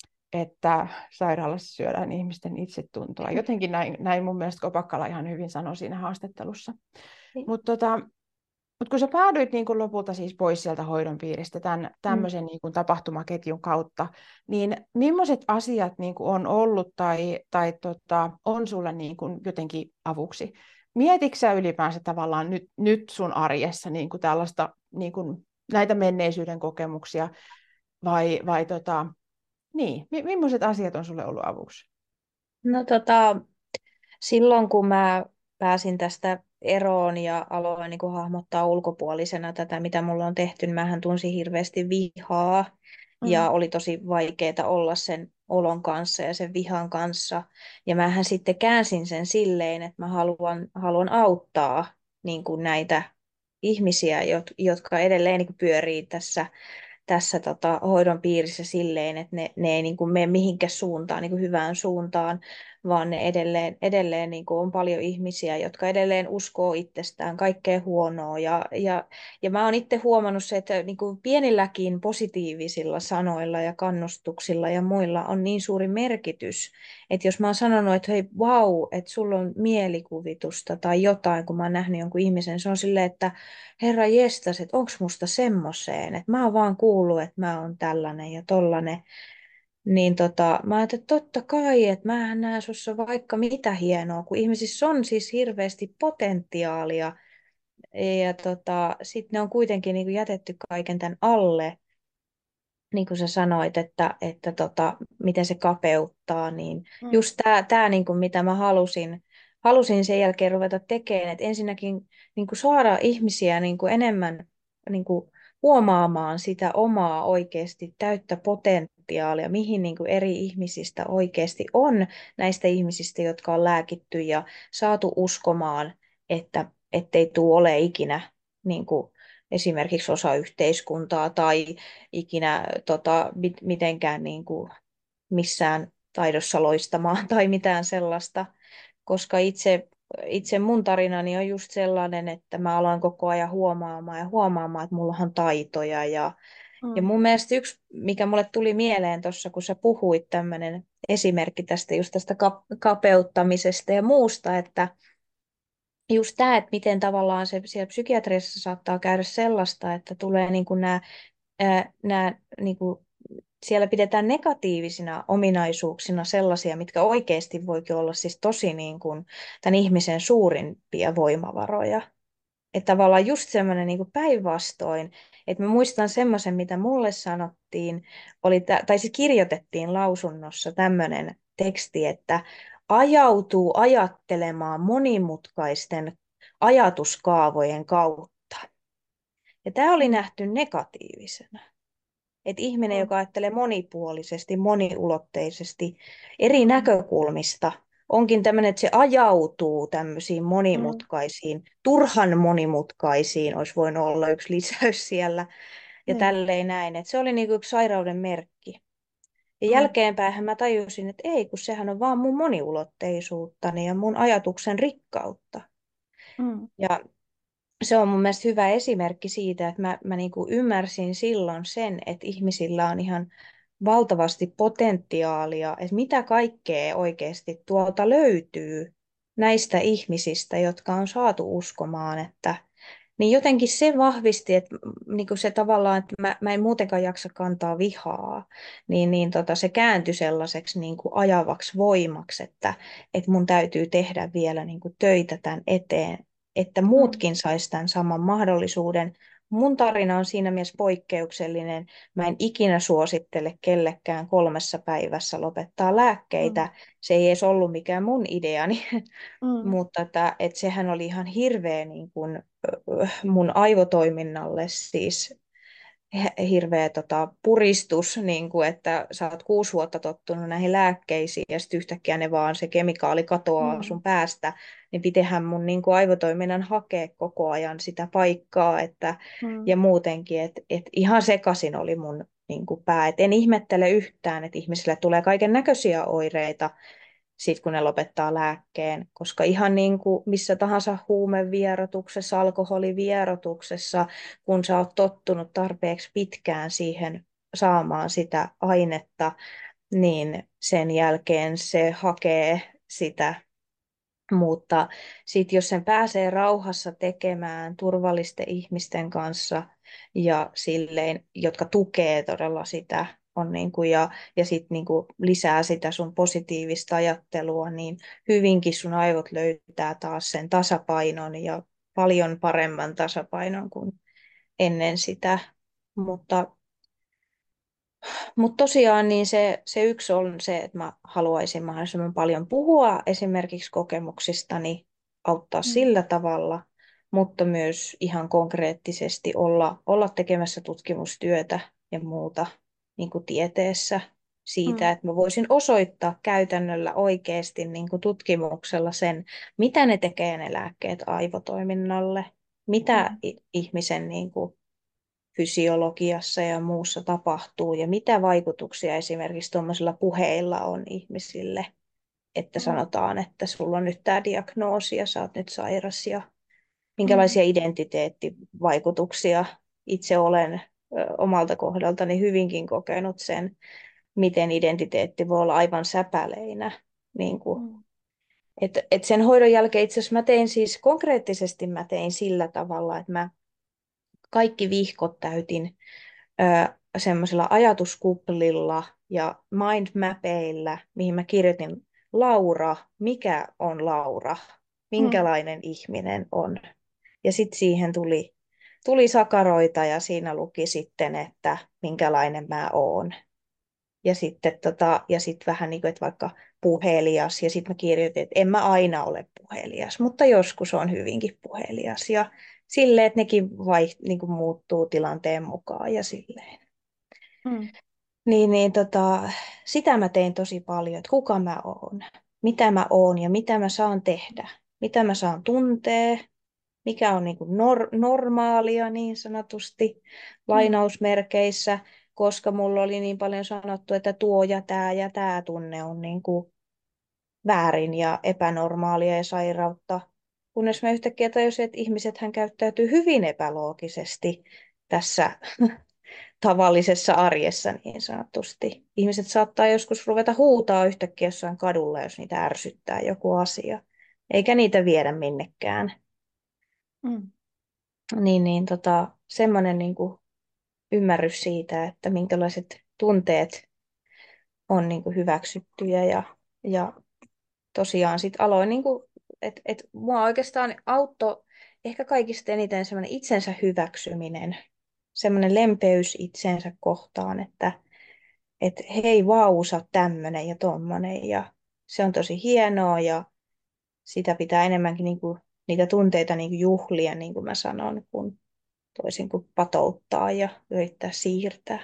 että sairaalassa syödään ihmisten itsetuntoa. Jotenkin näin, näin mun mielestä Kopakkala ihan hyvin sanoi siinä haastattelussa. Niin. Mutta tota, Mutta kun sä päädyit niin kuin lopulta siis pois sieltä hoidon piiristä tämän Mm. tämmöisen niin kuin tapahtumaketjun kautta, niin millaiset asiat niin kuin on ollut tai, tai tota, on sulle niin kuin jotenkin avuksi? Mietitkö sä ylipäänsä tavallaan nyt, nyt sun arjessa niin kuin tällaista, niin kuin näitä menneisyyden kokemuksia vai, vai tota, niin, mi- millaiset asiat on sulle ollut avuksi? No tota, silloin kun mä pääsin tästä eroon ja aloin niin kuin hahmottaa ulkopuolisena tätä, mitä mulla on tehty, niin mähän tunsin hirveästi vihaa ja Mm, oli tosi vaikeaa olla sen olon kanssa ja sen vihan kanssa. Ja mähän sitten käänsin sen silleen, että mä haluan, haluan auttaa niin kuin näitä ihmisiä, jot- jotka edelleen niin kuin pyörii tässä tässä tota, hoidon piirissä silleen, että ne, ne ei niin kuin mene mihinkään suuntaan, niin kuin hyvään suuntaan, vaan ne edelleen, edelleen niin kuin on paljon ihmisiä, jotka edelleen uskoo itsestään kaikkea huonoa. Ja, ja, ja mä oon itse huomannut se, että niin kuin pienilläkin positiivisilla sanoilla ja kannustuksilla ja muilla on niin suuri merkitys, että jos mä oon sanonut, että hei, vau, että sulla on mielikuvitusta tai jotain, kun mä oon nähnyt jonkun ihmisen, se on silleen, että herra jestas, että onks musta semmoseen, että mä oon vaan kuullut, että mä oon tällainen ja tollanen. Niin tota, mä ajattelin, että totta kai, että mähän näen sussa vaikka mitä hienoa, kun ihmisissä on siis hirveästi potentiaalia. Ja tota, sitten ne on kuitenkin niin kuin jätetty kaiken tämän alle, niin kuin sä sanoit, että, että tota, miten se kapeuttaa, niin mm, just tämä, tää, niin kuin mitä mä halusin, halusin sen jälkeen ruveta tekemään, että ensinnäkin niin kuin saada ihmisiä niin kuin enemmän niin kuin huomaamaan sitä omaa oikeasti täyttä potentiaalia, mihin niin kuin eri ihmisistä oikeasti on, näistä ihmisistä, jotka on lääkitty ja saatu uskomaan, että ettei tule ole ikinä niin kuin esimerkiksi osa yhteiskuntaa tai ikinä tota, mit, mitenkään niin kuin missään taidossa loistamaan tai mitään sellaista, koska itse, itse mun tarinani on just sellainen, että mä aloin koko ajan huomaamaan ja huomaamaan, että mulla on taitoja ja, ja mm, mun mielestä yksi, mikä mulle tuli mieleen tuossa, kun sä puhuit tämmöinen esimerkki tästä just tästä kap- kapeuttamisesta ja muusta, että just tämä, että miten tavallaan se siellä psykiatriassa saattaa käydä sellaista, että tulee niin kuin nämä, ää, nämä niin kuin siellä pidetään negatiivisina ominaisuuksina sellaisia, mitkä oikeasti voikin olla siis tosi niin kuin tämän ihmisen suurimpia voimavaroja. Että tavallaan just semmoinen niin kuin päinvastoin, että mä muistan semmoisen, mitä mulle sanottiin, oli, tä- tai se kirjoitettiin lausunnossa tämmöinen teksti, että ajautuu ajattelemaan monimutkaisten ajatuskaavojen kautta. Ja tämä oli mm, nähty negatiivisena. Että ihminen, mm, joka ajattelee monipuolisesti, moniulotteisesti, eri mm, näkökulmista, onkin tämmöinen, että se ajautuu tämmöisiin mm, monimutkaisiin, turhan monimutkaisiin, olisi voinut olla yksi lisäys siellä, ja niin, tälleen näin. Että se oli niinku yksi sairauden merkki. Ja mm, jälkeenpäin mä tajusin, että ei, kun sehän on vaan mun moniulotteisuuttani ja mun ajatuksen rikkautta. mm, Ja se on mun mielestä hyvä esimerkki siitä, että mä, mä niin kuin ymmärsin silloin sen, että ihmisillä on ihan valtavasti potentiaalia, että mitä kaikkea oikeasti tuolta löytyy näistä ihmisistä, jotka on saatu uskomaan, että niin jotenkin se vahvisti, että niin kuin se tavallaan, että mä, mä en muutenkaan jaksa kantaa vihaa, niin, niin tota, se kääntyi sellaiseksi niin kuin ajavaksi voimaksi, että, että mun täytyy tehdä vielä niin kuin töitä tämän eteen, että mm, muutkin sais tämän saman mahdollisuuden. Mun tarina on siinä mielessä poikkeuksellinen. Mä en ikinä suosittele kellekään kolmessa päivässä lopettaa mm, lääkkeitä. Se ei edes ollut mikään mun ideani, mm, mutta että, että sehän oli ihan hirveä niin kuin, ö, mun aivotoiminnalle siis hirveä tota, puristus, niin kuin, että sä oot kuusi vuotta tottunut näihin lääkkeisiin ja sitten yhtäkkiä ne vaan se kemikaali katoaa mm, sun päästä, niin pitihän mun niin kuin, aivotoiminnan hakea koko ajan sitä paikkaa, että, mm, ja muutenkin, että et ihan sekaisin oli mun niin kuin, pää. Et en ihmettele yhtään, että ihmisille tulee kaiken näköisiä oireita, sit kun ne lopettaa lääkkeen, koska ihan niin kuin missä tahansa huumevierotuksessa, alkoholivierotuksessa, kun sä oot tottunut tarpeeksi pitkään siihen saamaan sitä ainetta, niin sen jälkeen se hakee sitä Mutta sitten jos sen pääsee rauhassa tekemään turvallisten ihmisten kanssa ja silleen, jotka tukee todella sitä, on niin kuin, ja, ja sitten niin kuin lisää sitä sun positiivista ajattelua, niin hyvinkin sun aivot löytää taas sen tasapainon ja paljon paremman tasapainon kuin ennen sitä. Mutta mutta tosiaan niin se, se yksi on se, että mä haluaisin mahdollisimman paljon puhua esimerkiksi kokemuksistani, auttaa Mm. sillä tavalla, mutta myös ihan konkreettisesti olla, olla tekemässä tutkimustyötä ja muuta niin kuin tieteessä siitä, Mm. että mä voisin osoittaa käytännöllä oikeasti niin kuin tutkimuksella sen, mitä ne tekee ne lääkkeet aivotoiminnalle, mitä Mm. i- ihmisen niin kuin fysiologiassa ja muussa tapahtuu ja mitä vaikutuksia esimerkiksi tuommoisilla puheilla on ihmisille, että Mm. sanotaan, että sulla on nyt tämä diagnoosi ja sä oot nyt sairas ja Mm. minkälaisia identiteettivaikutuksia itse olen ö, omalta kohdaltani hyvinkin kokenut sen, miten identiteetti voi olla aivan säpäleinä. Niin kuin, Mm. et, et sen hoidon jälkeen itse asiassa mä tein siis konkreettisesti mä tein sillä tavalla, että mä kaikki vihkot täytin semmoisella ajatuskuplilla ja mindmapeillä, mihin mä kirjoitin Laura, mikä on Laura, Mm. minkälainen ihminen on. Ja sitten siihen tuli, tuli sakaroita ja siinä luki sitten, että minkälainen mä oon. Ja sitten tota, ja sit vähän niin kuin, että vaikka puhelias. Ja sitten mä kirjoitin, että en mä aina ole puhelias, mutta joskus on hyvinkin puhelias. Ja silleen, että nekin vai, niin kuin muuttuu tilanteen mukaan ja silleen. Mm. Niin, niin tota, sitä mä tein tosi paljon, että kuka mä oon, mitä mä oon ja mitä mä saan tehdä, mitä mä saan tuntea, mikä on niin kuin nor- normaalia niin sanotusti Mm. lainausmerkeissä, koska mulla oli niin paljon sanottu, että tuo ja tämä ja tämä tunne on niin kuin väärin ja epänormaalia ja sairautta. Kunnes mä yhtäkkiä tajusin, että ihmisethän käyttäytyy hyvin epäloogisesti tässä tavallisessa arjessa niin sanotusti. Ihmiset saattaa joskus ruveta huutaa yhtäkkiä jossain kadulla, jos niitä ärsyttää joku asia, eikä niitä viedä minnekään. Mm. Niin, niin tota, semmoinen niin kuin ymmärrys siitä, että minkälaiset tunteet on niin kuin hyväksyttyjä ja, ja tosiaan sitten aloin, niin kuin, että et mua oikeastaan auttoi ehkä kaikista eniten semmoinen itsensä hyväksyminen, semmoinen lempeys itsensä kohtaan, että että hei vau, sä oot tämmönen ja tommonen ja se on tosi hienoa ja sitä pitää enemmänkin niinku, niitä tunteita niinku juhlia, niin kuin mä sanon, kun toisin kuin patouttaa ja yrittää siirtää.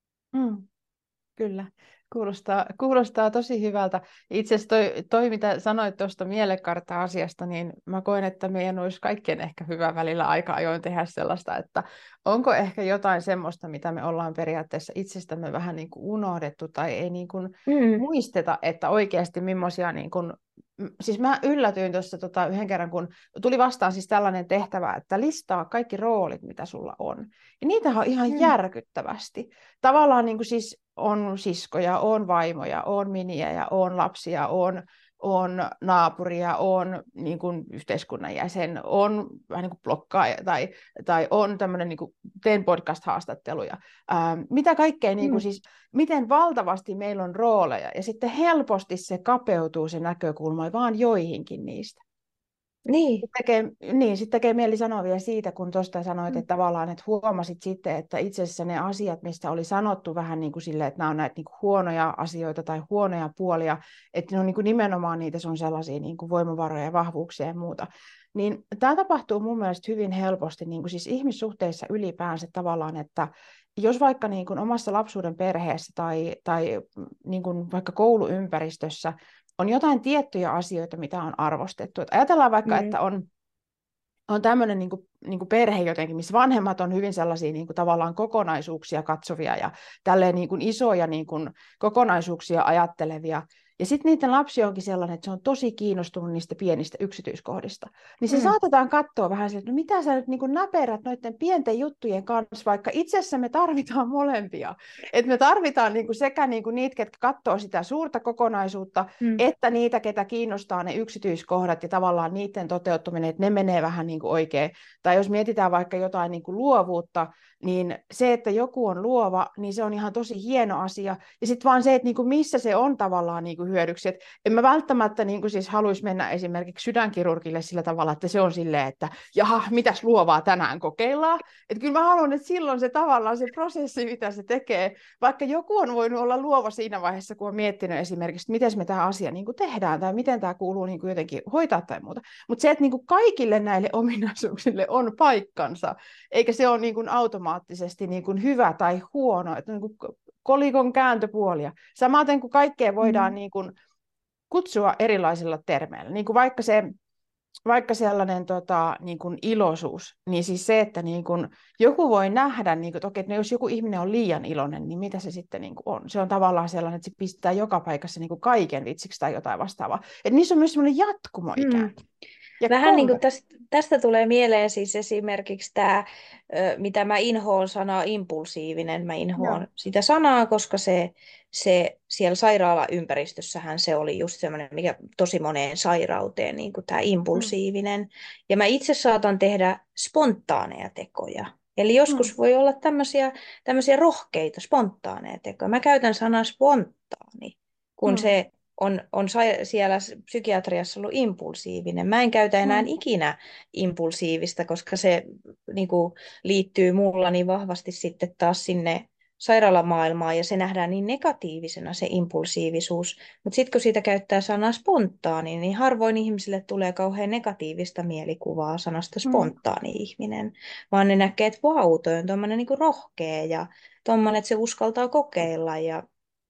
Mm. Kyllä, kuulostaa, kuulostaa tosi hyvältä. Itse asiassa toi, toi, mitä sanoit tuosta mielekartta-asiasta, niin mä koen, että meidän olisi kaikkien ehkä hyvä välillä aika ajoin tehdä sellaista, että onko ehkä jotain semmoista, mitä me ollaan periaatteessa itsestämme vähän niin kuin unohdettu tai ei niin kuin Mm, muisteta, että oikeasti millaisia, niin kuin, m- siis mä yllätyin tuossa tota yhden kerran, kun tuli vastaan siis tällainen tehtävä, että listaa kaikki roolit, mitä sulla on. Ja niitä on ihan mm, järkyttävästi. Tavallaan niin kuin siis on siskoja, on vaimoja, on miniä ja on lapsia, on, on naapuria, on niin kuin yhteiskunnan jäsen, on vähän niin kuin blokkaaja tai, tai on tämmöinen, niin kuin, teen podcast-haastatteluja. Ähm, mitä kaikkea, niin kuin mm. siis, miten valtavasti meillä on rooleja ja sitten helposti se kapeutuu se näkökulma vaan joihinkin niistä. Niin. Tekee, niin, sitten tekee mieli sanoa vielä siitä, kun tuosta sanoit, Mm, että tavallaan että huomasit sitten, että itse asiassa ne asiat, mistä oli sanottu vähän niin kuin sille, että nämä on näitä niin kuin huonoja asioita tai huonoja puolia, että ne on niin kuin nimenomaan niitä sun sellaisia niin kuin voimavaroja ja vahvuuksia ja muuta. Niin tämä tapahtuu mun mielestä hyvin helposti niin kuin siis ihmissuhteissa ylipäänsä tavallaan, että jos vaikka niin kuin omassa lapsuuden perheessä tai, tai niin kuin vaikka kouluympäristössä on jotain tiettyjä asioita, mitä on arvostettu. Et ajatellaan vaikka, mm, että on, on tämmöinen niin kuin, niin kuin perhe jotenkin, missä vanhemmat on hyvin sellaisia niin kuin tavallaan kokonaisuuksia katsovia ja tälleen niin kuin isoja niin kuin kokonaisuuksia ajattelevia. Ja sitten niiden lapsi onkin sellainen, että se on tosi kiinnostunut niistä pienistä yksityiskohdista. Niin se Mm. saatetaan katsoa vähän siltä, että no mitä sä nyt niin kuin näperät noiden pienten juttujen kanssa, vaikka itse asiassa me tarvitaan molempia. Että me tarvitaan niin kuin sekä niin kuin niitä, ketkä katsoo sitä suurta kokonaisuutta, Mm. että niitä, ketä kiinnostaa ne yksityiskohdat ja tavallaan niiden toteuttaminen, että ne menee vähän niin kuin oikein. Tai jos mietitään vaikka jotain niin kuin luovuutta, niin se, että joku on luova, niin se on ihan tosi hieno asia. Ja sitten vaan se, että niin kuin missä se on tavallaan niin kuin hyödyksi. Et en mä välttämättä niin kuin siis haluaisi mennä esimerkiksi sydänkirurgille sillä tavalla, että se on silleen, että jaha, mitäs luovaa tänään kokeillaan. Että kyllä mä haluan, että silloin se tavallaan se prosessi, mitä se tekee, vaikka joku on voinut olla luova siinä vaiheessa, kun on miettinyt esimerkiksi, että miten me tämä asia niin kuin tehdään tai miten tämä kuuluu niin kuin jotenkin hoitaa tai muuta. Mutta se, että niin kuin kaikille näille ominaisuuksille on paikkansa, eikä se ole niin kuin automaattisesti niin kuin hyvä tai huono, että niin kuin kolikon kääntöpuolia. Samaten kuin kaikkea voidaan Mm. niin kuin kutsua erilaisilla termeillä. Niin kuin vaikka, se, vaikka sellainen tota, niin kuin iloisuus, niin siis se, että niin kuin joku voi nähdä, niin kuin, että, okei, että jos joku ihminen on liian iloinen, niin mitä se sitten niin kuin on? Se on tavallaan sellainen, että se pistää joka paikassa niin kuin kaiken vitsiksi tai jotain vastaavaa. Että niissä on myös sellainen jatkumo ikään Mm. kuin. Ja Vähän niin kuin konve- tästä, tästä tulee mieleen siis esimerkiksi tämä, ö, mitä mä inhoon sanaa impulsiivinen. Mä Joo. inhoon sitä sanaa, koska se, se siellä sairaalaympäristössähän se oli just semmoinen, mikä tosi moneen sairauteen, niin kuin tämä Mm. impulsiivinen. Ja mä itse saatan tehdä spontaaneja tekoja. Eli Mm. joskus voi olla tämmöisiä, tämmöisiä rohkeita, spontaaneja tekoja. Mä käytän sanaa spontaani, kun Mm. se on, on sai- siellä psykiatriassa ollut impulsiivinen. Mä en käytä enää Mm. ikinä impulsiivista, koska se niin kuin, liittyy mulla niin vahvasti sitten taas sinne sairaalamaailmaan ja se nähdään niin negatiivisena se impulsiivisuus. Mutta sitten kun siitä käyttää sanaa spontaani, niin harvoin ihmisille tulee kauhean negatiivista mielikuvaa sanasta Mm. spontaani ihminen, vaan ne näkee, että vau, toi on tuommoinen niin rohkea ja tuommoinen, että se uskaltaa kokeilla ja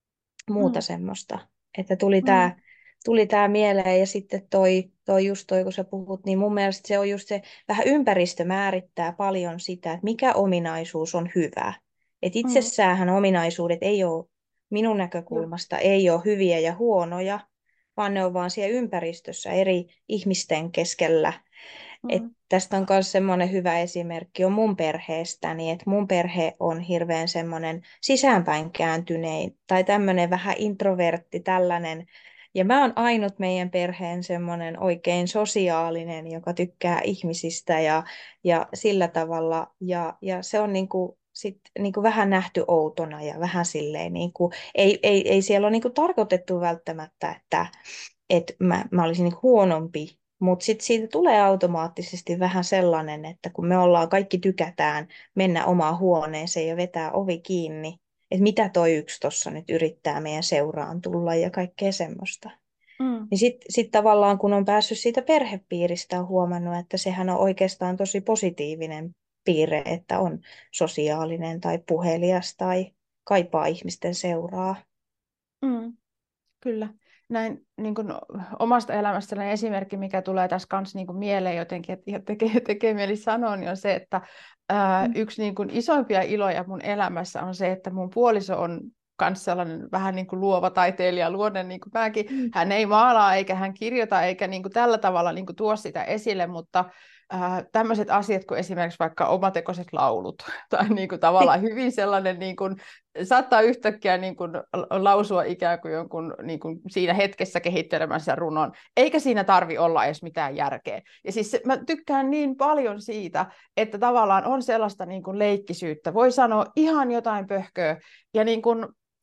muuta Mm. semmoista. Että tuli Mm. tämä tuli tää mieleen ja sitten toi, toi just toi, kun sä puhut, niin mun mielestä se on just se, vähän ympäristö määrittää paljon sitä, että mikä ominaisuus on hyvä. Että Mm. itsessäänhän ominaisuudet ei ole, minun Joo. näkökulmasta, ei ole hyviä ja huonoja, vaan ne on vaan siellä ympäristössä eri ihmisten keskellä. Et Mm. tästä on myös semmoinen hyvä esimerkki on mun perheestäni, että mun perhe on hirveän semmoinen sisäänpäin kääntynein tai tämmöinen vähän introvertti tällainen. Ja mä oon ainut meidän perheen semmoinen oikein sosiaalinen, joka tykkää ihmisistä ja, ja sillä tavalla. Ja, ja se on niinku, sit, niinku vähän nähty outona ja vähän silleen, niinku, ei, ei, ei siellä ole niinku tarkoitettu välttämättä, että et mä, mä olisin niinku huonompi. Mutta sitten siitä tulee automaattisesti vähän sellainen, että kun me ollaan, kaikki tykätään mennä omaan huoneeseen ja vetää ovi kiinni, että mitä toi yksi tuossa nyt yrittää meidän seuraan tulla ja kaikkea semmoista. Mm. Niin sitten sit tavallaan kun on päässyt siitä perhepiiristä on huomannut, että sehän on oikeastaan tosi positiivinen piirre, että on sosiaalinen tai puhelias tai kaipaa ihmisten seuraa. Mm. Kyllä. Näin niin kuin omasta elämästäni esimerkki, mikä tulee tässä kanssa niin kuin mieleen jotenkin, että ja tekee, tekee mieli sanoa, niin on se, että ää, Mm. yksi niin kuin isoimpia iloja mun elämässä on se, että mun puoliso on myös sellainen vähän niin kuin luova taiteilija luonne, niin kuin mäkin. Mm. Hän ei maalaa eikä hän kirjoita eikä niin kuin tällä tavalla niin kuin tuo sitä esille, mutta ää, tämmöiset asiat kuin esimerkiksi vaikka omatekoiset laulut tai niin kuin tavallaan hyvin sellainen niin kuin, saattaa yhtäkkiä niin kuin lausua ikään kuin jonkun niin kuin siinä hetkessä kehittelemänsä runon, eikä siinä tarvi olla edes mitään järkeä. Ja siis se, mä tykkään niin paljon siitä, että tavallaan on sellaista niin kuin leikkisyyttä, voi sanoa ihan jotain pöhköä, ja niin kuin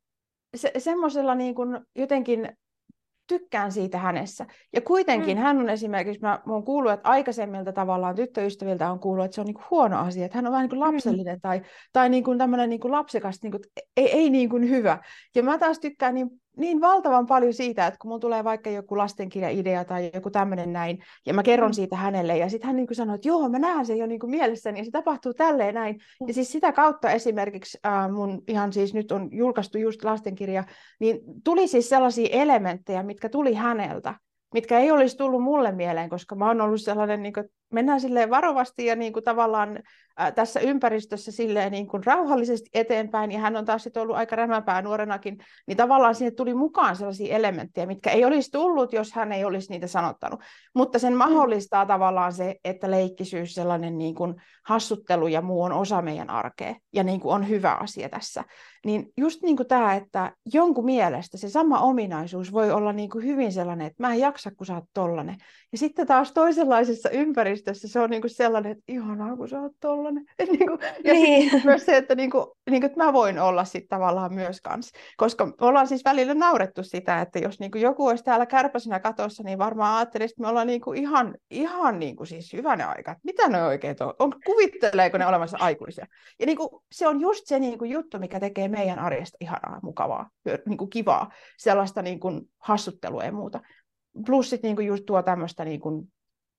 se, semmoisella niin kuin jotenkin tykkään siitä hänessä. Ja kuitenkin Mm. hän on esimerkiksi, mä, mä oon kuullut, että aikaisemmilta tavallaan tyttöystäviltä on kuullut, että se on niin kuin huono asia, että hän on vähän niin kuin Mm. lapsellinen tai, tai niin kuin tämmöinen niin kuin lapsekas, niin kuin, ei, ei niin kuin hyvä. Ja mä taas tykkään niin, niin valtavan paljon siitä, että kun mun tulee vaikka joku lastenkirjaidea tai joku tämmöinen näin, ja mä kerron Mm. siitä hänelle, ja sitten hän niin kuin sanoo, että joo, mä näen sen jo niin kuin mielessäni, ja se tapahtuu tälleen näin. Ja siis sitä kautta esimerkiksi äh, mun ihan siis nyt on julkaistu just lastenkirja, niin tuli siis sellaisia elementtejä, mitkä tuli häneltä, mitkä ei olisi tullut mulle mieleen, koska mä oon ollut sellainen, niin kuin, mennään silleen varovasti ja niin kuin tavallaan ää, tässä ympäristössä silleen niin kuin rauhallisesti eteenpäin, ja hän on taas sit ollut aika rämäpää nuorenakin, niin tavallaan sinne tuli mukaan sellaisia elementtejä, mitkä ei olisi tullut, jos hän ei olisi niitä sanottanut. Mutta sen Mm. mahdollistaa tavallaan se, että leikkisyys, sellainen niin kuin hassuttelu ja muu on osa meidän arkea, ja niin kuin on hyvä asia tässä. Niin just niin kuin tämä, että jonkun mielestä se sama ominaisuus voi olla niin kuin hyvin sellainen, että mä en jaksa, kun sä oot tollanen. Ja sitten taas toisenlaisessa ympäristössä se on niinku sellainen, että ihanaa, kun sä oot tollanen. Et niinku, ja sitten Niin. niinku myös se, että, niinku, niinku, että mä voin olla sitten tavallaan myös kanssa. Koska ollaan siis välillä naurettu sitä, että jos niinku joku olisi täällä kärpäsenä katossa, niin varmaan ajattelisi, että me ollaan niinku ihan, ihan niinku siis hyvänä aika. Että mitä ne oikein on? on? Kuvitteleeko ne olemassa aikuisia? Ja niinku, se on just se niinku juttu, mikä tekee meidän arjesta ihanaa, mukavaa, niinku kivaa, sellaista niinku hassuttelua ja muuta. Plus sitten niinku just tuo tämmöistä niinku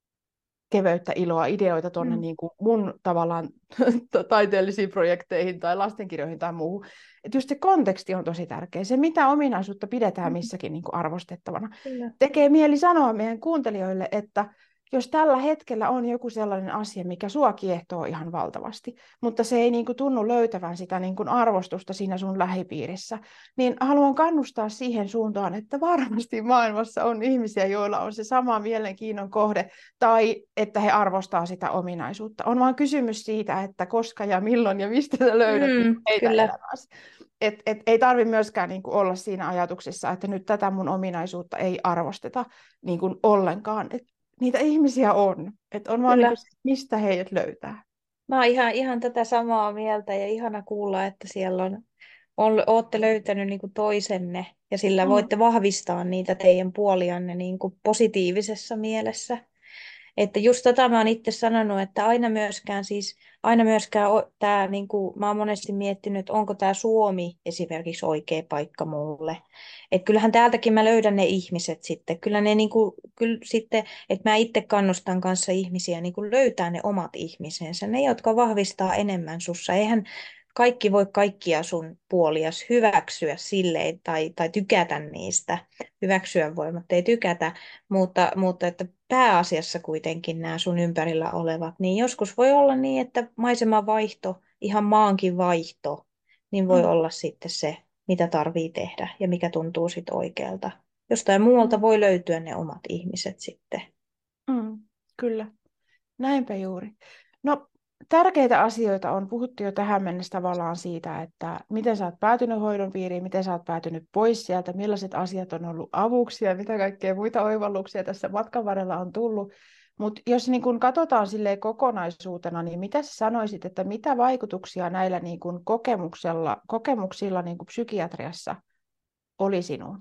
keveyttä, iloa, ideoita tuonne Mm. niinku mun tavallaan taiteellisiin projekteihin tai lastenkirjoihin tai muuhun. Et just se konteksti on tosi tärkeä. Se, mitä ominaisuutta pidetään Mm. missäkin niinku arvostettavana. Kyllä. Tekee mieli sanoa meidän kuuntelijoille, että jos tällä hetkellä on joku sellainen asia, mikä sua kiehtoo ihan valtavasti, mutta se ei niinku tunnu löytävän sitä niinku arvostusta siinä sun lähipiirissä, niin haluan kannustaa siihen suuntaan, että varmasti maailmassa on ihmisiä, joilla on se sama mielenkiinnon kohde, tai että he arvostaa sitä ominaisuutta. On vaan kysymys siitä, että koska ja milloin ja mistä sä löydät niin Mm, heitä kyllä. elämääsi. Et, et, ei tarvitse myöskään niin kuin olla siinä ajatuksessa, että nyt tätä mun ominaisuutta ei arvosteta niin kuin ollenkaan. Et niitä ihmisiä on. Et on vaan niin Kyllä. kuin, mistä heidät löytää. Mä oon ihan, ihan tätä samaa mieltä ja ihana kuulla, että siellä on, on ootte löytänyt niin kuin toisenne ja sillä Mm. voitte vahvistaa niitä teidän puolianne niin kuin positiivisessa mielessä. Että just tätä mä oon itse sanonut, että aina myöskään siis, aina myöskään tämä, niin kuin, mä oon monesti miettinyt, että onko tämä Suomi esimerkiksi oikea paikka mulle. Että kyllähän täältäkin mä löydän ne ihmiset sitten. Kyllä ne niin kuin, kyllä sitten, että mä itse kannustan kanssa ihmisiä niin kuin löytää ne omat ihmisensä, ne jotka vahvistaa enemmän sussa. Eihän kaikki voi kaikkia sun puolias hyväksyä silleen tai, tai tykätä niistä. Hyväksyä voi, mutta ei tykätä. Mutta, mutta että pääasiassa kuitenkin nämä sun ympärillä olevat, niin joskus voi olla niin, että maiseman vaihto, ihan maankin vaihto, niin voi Mm. olla sitten se, mitä tarvii tehdä ja mikä tuntuu sitten oikealta. Jostain muualta Mm. voi löytyä ne omat ihmiset sitten. Mm. Kyllä. Näinpä juuri. No, tärkeitä asioita on puhuttu jo tähän mennessä tavallaan siitä, että miten sä oot päätynyt hoidon piiriin, miten sä oot päätynyt pois sieltä, millaiset asiat on ollut avuksi ja mitä kaikkea muita oivalluksia tässä matkan varrella on tullut. Mutta jos niin kun katsotaan silleen kokonaisuutena, niin mitä sä sanoisit, että mitä vaikutuksia näillä niin kun kokemuksella, kokemuksilla niin kun psykiatriassa oli sinuun?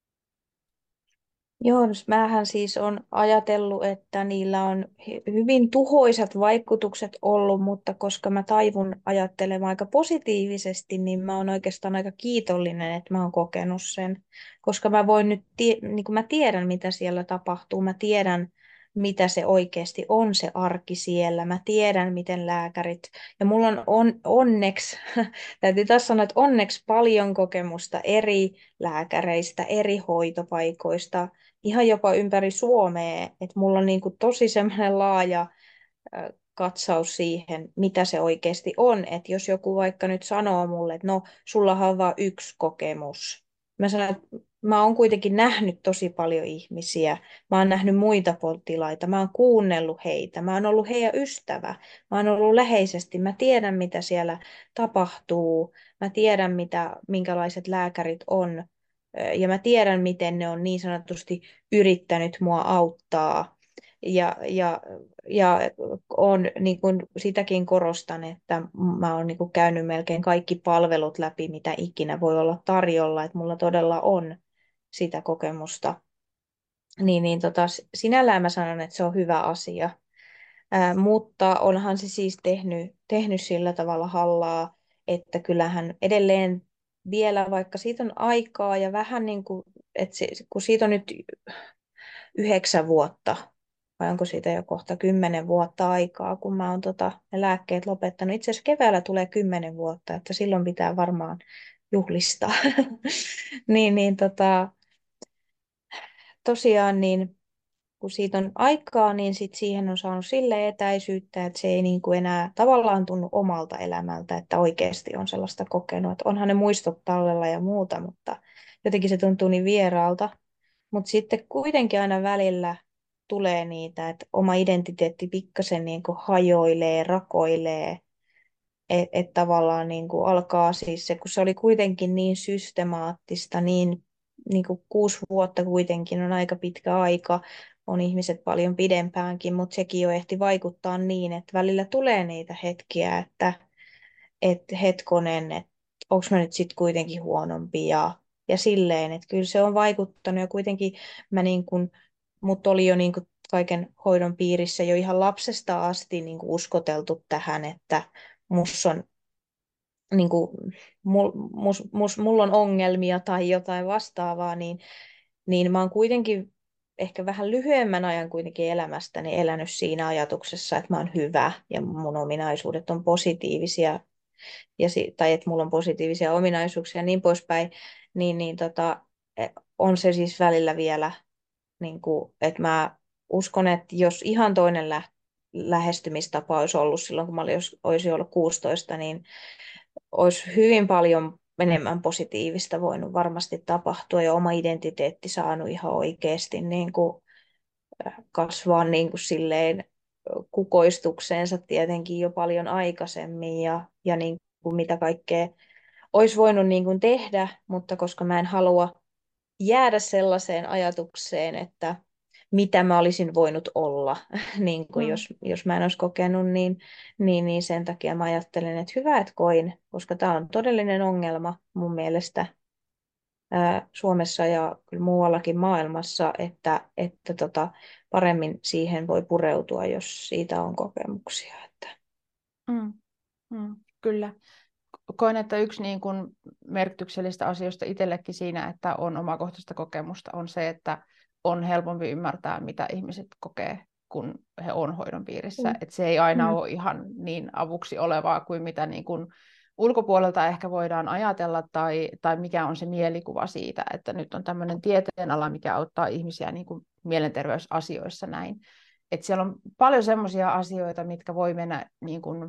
Joo, no mähän siis on ajatellut, että niillä on hy- hyvin tuhoisat vaikutukset ollut, mutta koska mä taivun ajattelemaan aika positiivisesti, niin mä oon oikeastaan aika kiitollinen, että mä oon kokenut sen. Koska mä voin nyt, tie- niin kuin mä tiedän, mitä siellä tapahtuu, mä tiedän, mitä se oikeasti on se arki siellä. Mä tiedän, miten lääkärit, ja mulla on, on onneksi, täytyy taas sanoa, että onneksi paljon kokemusta eri lääkäreistä, eri hoitopaikoista, ihan jopa ympäri Suomea, että mulla on niin kuin tosi semmoinen laaja ö, katsaus siihen, mitä se oikeasti on. Että jos joku vaikka nyt sanoo mulle, että no, sullahan on vain yksi kokemus. Mä sanon, että mä oon kuitenkin nähnyt tosi paljon ihmisiä. Mä oon nähnyt muita potilaita. Mä oon kuunnellut heitä. Mä oon ollut heidän ystävä. Mä oon ollut läheisesti. Mä tiedän, mitä siellä tapahtuu. Mä tiedän, mitä, minkälaiset lääkärit on. Ja mä tiedän, miten ne on niin sanotusti yrittänyt mua auttaa. Ja, ja, ja on, niin kuin sitäkin korostan, että mä oon niin kuin käynyt melkein kaikki palvelut läpi, mitä ikinä voi olla tarjolla, että mulla todella on sitä kokemusta. Niin, niin tota, sinällään mä sanon, että se on hyvä asia. Ää, mutta onhan se siis tehnyt, tehnyt sillä tavalla hallaa, että kyllähän edelleen vielä, vaikka siitä on aikaa ja vähän niin kuin, että se, kun siitä on nyt yhdeksän vuotta, vai onko siitä jo kohta kymmenen vuotta aikaa, kun mä oon tota, ne lääkkeet lopettanut. Itse asiassa keväällä tulee kymmenen vuotta, että silloin pitää varmaan juhlistaa. niin, niin tota, tosiaan niin kun siitä on aikaa, niin sit siihen on saanut sille etäisyyttä, että se ei niin kuin enää tavallaan tunnu omalta elämältä, että oikeasti on sellaista kokenut. Että onhan ne muistot tallella ja muuta, mutta jotenkin se tuntuu niin vieraalta. Mutta sitten kuitenkin aina välillä tulee niitä, että oma identiteetti pikkasen niin kuin hajoilee, rakoilee, että et tavallaan niin kuin alkaa siis se, kun se oli kuitenkin niin systemaattista, niin, niin kuin kuusi vuotta kuitenkin on aika pitkä aika, on ihmiset paljon pidempäänkin, mutta sekin jo ehti vaikuttaa niin, että välillä tulee niitä hetkiä, että, että hetkonen, että onko mä nyt sitten kuitenkin huonompi ja, ja silleen, että kyllä se on vaikuttanut ja kuitenkin mä niin kuin, mut oli jo niin kuin kaiken hoidon piirissä jo ihan lapsesta asti niin kuin uskoteltu tähän, että mus on niin kuin, mul, mus, mus, mulla on ongelmia tai jotain vastaavaa, niin, niin mä oon kuitenkin ehkä vähän lyhyemmän ajan kuitenkin elämästäni elänyt siinä ajatuksessa, että mä oon hyvä ja mun ominaisuudet on positiivisia, ja si, tai että mulla on positiivisia ominaisuuksia ja niin poispäin, niin, niin tota, e, on se siis välillä vielä, niin kuin, että mä uskon, että jos ihan toinen lä- lähestymistapa olisi ollut silloin, kun mä olisi, olisi ollut kuusitoista, niin olisi hyvin paljon enemmän positiivista voinut varmasti tapahtua ja oma identiteetti saanut ihan oikeasti niin kuin kasvaa niin kuin silleen kukoistukseensa tietenkin jo paljon aikaisemmin ja, ja niin kuin mitä kaikkea olisi voinut niin kuin tehdä, mutta koska mä en halua jäädä sellaiseen ajatukseen, että mitä mä olisin voinut olla, niin kuin Mm. jos, jos mä en olisi kokenut, niin, niin, niin sen takia mä ajattelen, että hyvä, että koin, koska tämä on todellinen ongelma mun mielestä ää, Suomessa ja kyllä muuallakin maailmassa, että, että tota, paremmin siihen voi pureutua, jos siitä on kokemuksia. Että. Mm. Mm. Kyllä. Koen, että yksi niin kuin merkityksellistä asioista itsellekin siinä, että on omakohtaista kokemusta, on se, että on helpompi ymmärtää, mitä ihmiset kokee, kun he on hoidon piirissä. Mm. Että se ei aina Mm. ole ihan niin avuksi olevaa kuin mitä niin kuin ulkopuolelta ehkä voidaan ajatella, tai, tai mikä on se mielikuva siitä, että nyt on tämmöinen tieteenala, mikä auttaa ihmisiä niin kuin mielenterveysasioissa näin. Että siellä on paljon semmoisia asioita, mitkä voi mennä niin kuin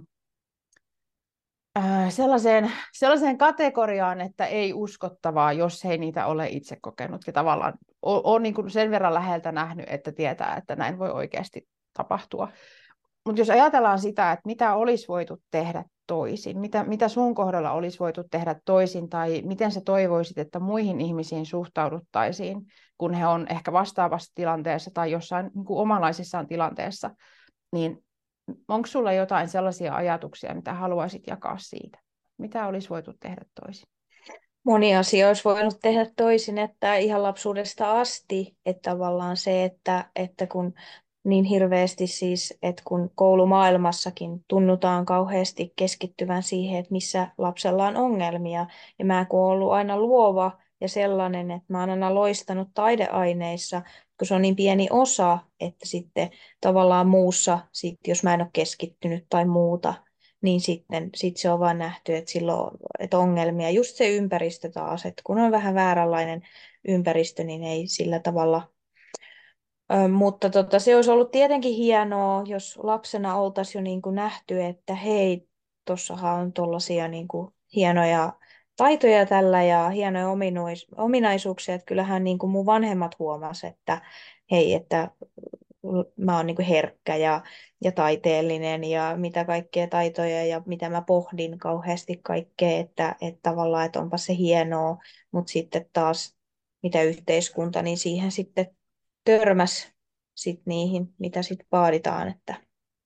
sellaiseen, sellaiseen kategoriaan, että ei uskottavaa, jos he ei niitä ole itse kokenut. Ja tavallaan on, on niin kuin sen verran läheltä nähnyt, että tietää, että näin voi oikeasti tapahtua. Mutta jos ajatellaan sitä, että mitä olisi voitu tehdä toisin, mitä, mitä sun kohdalla olisi voitu tehdä toisin, tai miten sä toivoisit, että muihin ihmisiin suhtauduttaisiin, kun he on ehkä vastaavassa tilanteessa tai jossain niin kuin omanlaisissaan tilanteessa, niin onko sulla jotain sellaisia ajatuksia, mitä haluaisit jakaa siitä? Mitä olisi voitu tehdä toisin? Moni asia olisi voinut tehdä toisin, että ihan lapsuudesta asti, että tavallaan se, että, että kun niin hirveästi siis, että kun koulumaailmassakin tunnutaan kauheasti keskittyvän siihen, että missä lapsella on ongelmia, ja mä kun olen ollut aina luova ja sellainen, että mä oon aina loistanut taideaineissa, kun se on niin pieni osa, että sitten tavallaan muussa, sit jos mä en ole keskittynyt tai muuta, niin sitten sit se on vaan nähty, että silloin että ongelmia. Just se ympäristö taas, että kun on vähän vääränlainen ympäristö, niin ei sillä tavalla. Ö, mutta tota, se olisi ollut tietenkin hienoa, jos lapsena oltaisiin jo niin kuin nähty, että hei, tuossahan on tuollaisia niin kuin hienoja taitoja tällä ja hienoja ominais- ominaisuuksia. Että kyllähän niin kuin mun vanhemmat huomasivat, että hei, että mä oon niin kuin herkkä ja, ja taiteellinen ja mitä kaikkea taitoja ja mitä mä pohdin kauheasti kaikkea, että, että tavallaan, että onpa se hienoa, mutta sitten taas mitä yhteiskunta, niin siihen sitten törmäs sit niihin, mitä sitten vaaditaan, että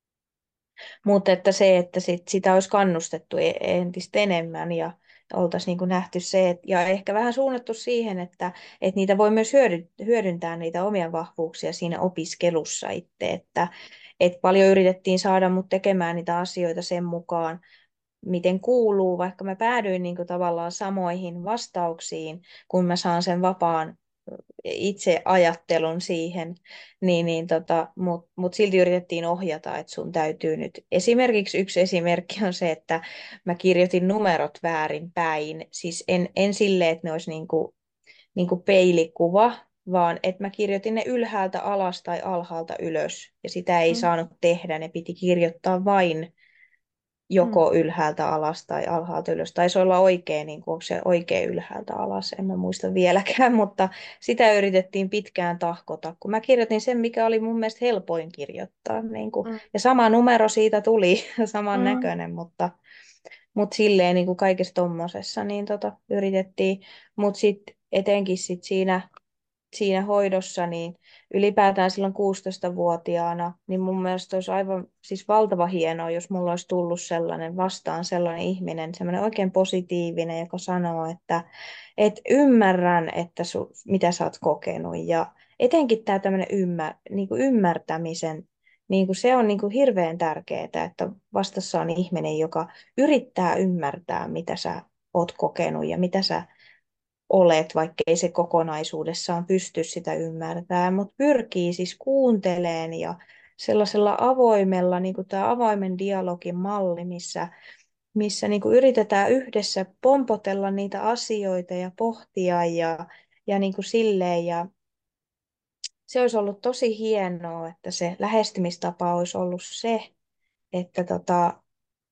mutta että se, että sit, sitä olisi kannustettu e- entistä enemmän ja oltaisiin niin nähty se, et, ja ehkä vähän suunnattu siihen, että, että niitä voi myös hyödy, hyödyntää niitä omia vahvuuksia siinä opiskelussa itse, että, että paljon yritettiin saada mut tekemään niitä asioita sen mukaan, miten kuuluu, vaikka mä päädyin niin kuin tavallaan samoihin vastauksiin, kun mä saan sen vapaan itse ajattelun siihen, niin, niin tota, mutta mut silti yritettiin ohjata, että sun täytyy nyt, esimerkiksi yksi esimerkki on se, että mä kirjoitin numerot väärin päin, siis en, en silleen, että ne olisi niin kuin, niin kuin peilikuva, vaan että mä kirjoitin ne ylhäältä alas tai alhaalta ylös, ja sitä ei Mm. saanut tehdä, ne piti kirjoittaa vain Mm. joko ylhäältä alas tai alhaalta ylös. Taisi olla oikein, niin kuin, onko se oikein ylhäältä alas, en mä muista vieläkään, mutta sitä yritettiin pitkään tahkota, kun mä kirjoitin sen, mikä oli mun mielestä helpoin kirjoittaa. Niin kuin, Mm. ja sama numero siitä tuli, saman Mm. näköinen, mutta, mutta silleen niin kuin kaikessa tommosessa niin tota, yritettiin. Mutta sitten etenkin sit siinä siinä hoidossa, niin ylipäätään silloin kuusitoistavuotiaana, niin mun mielestä olisi aivan siis valtava hienoa, jos mulla olisi tullut sellainen vastaan sellainen ihminen, sellainen oikein positiivinen, joka sanoo, että et ymmärrän, että su, mitä sä oot kokenut. Ja etenkin tämä tämmöinen ymmär, niin kuin ymmärtämisen, niin kuin se on niin kuin hirveän tärkeää, että vastassa on ihminen, joka yrittää ymmärtää, mitä sä oot kokenut ja mitä sä olet, vaikka ei se kokonaisuudessaan pysty sitä ymmärtämään, mutta pyrkii siis kuunteleen ja sellaisella avoimella, niin kuin tämä avoimen dialogin malli, missä, missä niin kuin yritetään yhdessä pompotella niitä asioita ja pohtia ja, ja niin kuin silleen, ja se olisi ollut tosi hienoa, että se lähestymistapa olisi ollut se, että tota,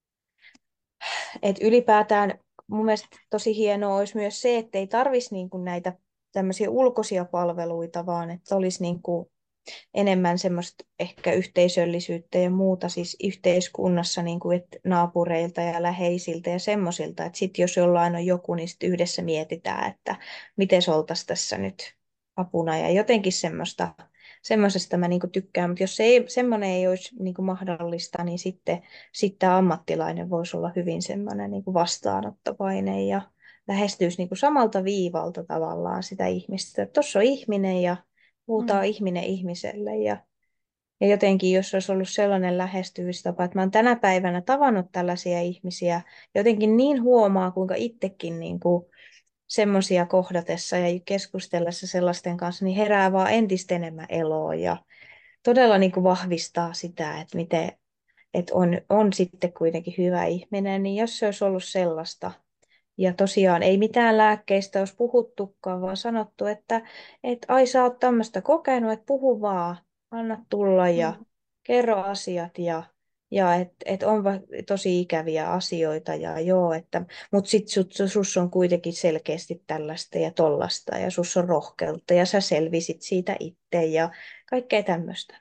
et ylipäätään mun mielestä tosi hienoa olisi myös se, että ei tarvitsisi niin kuin näitä tämmöisiä ulkoisia palveluita, vaan että olisi niin kuin enemmän semmoista ehkä yhteisöllisyyttä ja muuta siis yhteiskunnassa niin kuin, että naapureilta ja läheisiltä ja semmoisilta, että sitten jos jollain on joku, niin sit yhdessä mietitään, että miten oltaisiin tässä nyt apuna ja jotenkin semmoista, semmoisesta mä niin kuin tykkään, mutta jos se ei, semmoinen ei olisi niin kuin mahdollista, niin sitten, sitten ammattilainen voisi olla hyvin semmoinen niin kuin vastaanottavainen ja lähestyisi niin kuin samalta viivalta tavallaan sitä ihmistä. Tuossa on ihminen ja puhutaan Mm. ihminen ihmiselle ja, ja jotenkin jos olisi ollut sellainen lähestymistapa, että mä oon tänä päivänä tavannut tällaisia ihmisiä, jotenkin niin huomaa, kuinka itsekin niin kuin semmoisia kohdatessa ja keskustellessa sellaisten kanssa, niin herää vaan entistä enemmän eloa ja todella niin kuin vahvistaa sitä, että miten että on, on sitten kuitenkin hyvä ihminen, niin jos se olisi ollut sellaista, ja tosiaan ei mitään lääkkeistä olisi puhuttukaan, vaan sanottu, että et, ai sä oot tämmöistä kokenut, että puhu vaan, anna tulla ja Mm. kerro asiat ja, ja että et on va- tosi ikäviä asioita ja joo, että, mutta sitten sus on kuitenkin selkeästi tällaista ja tollasta ja sus on rohkeutta ja sä selvisit siitä itse ja kaikkea tämmöistä.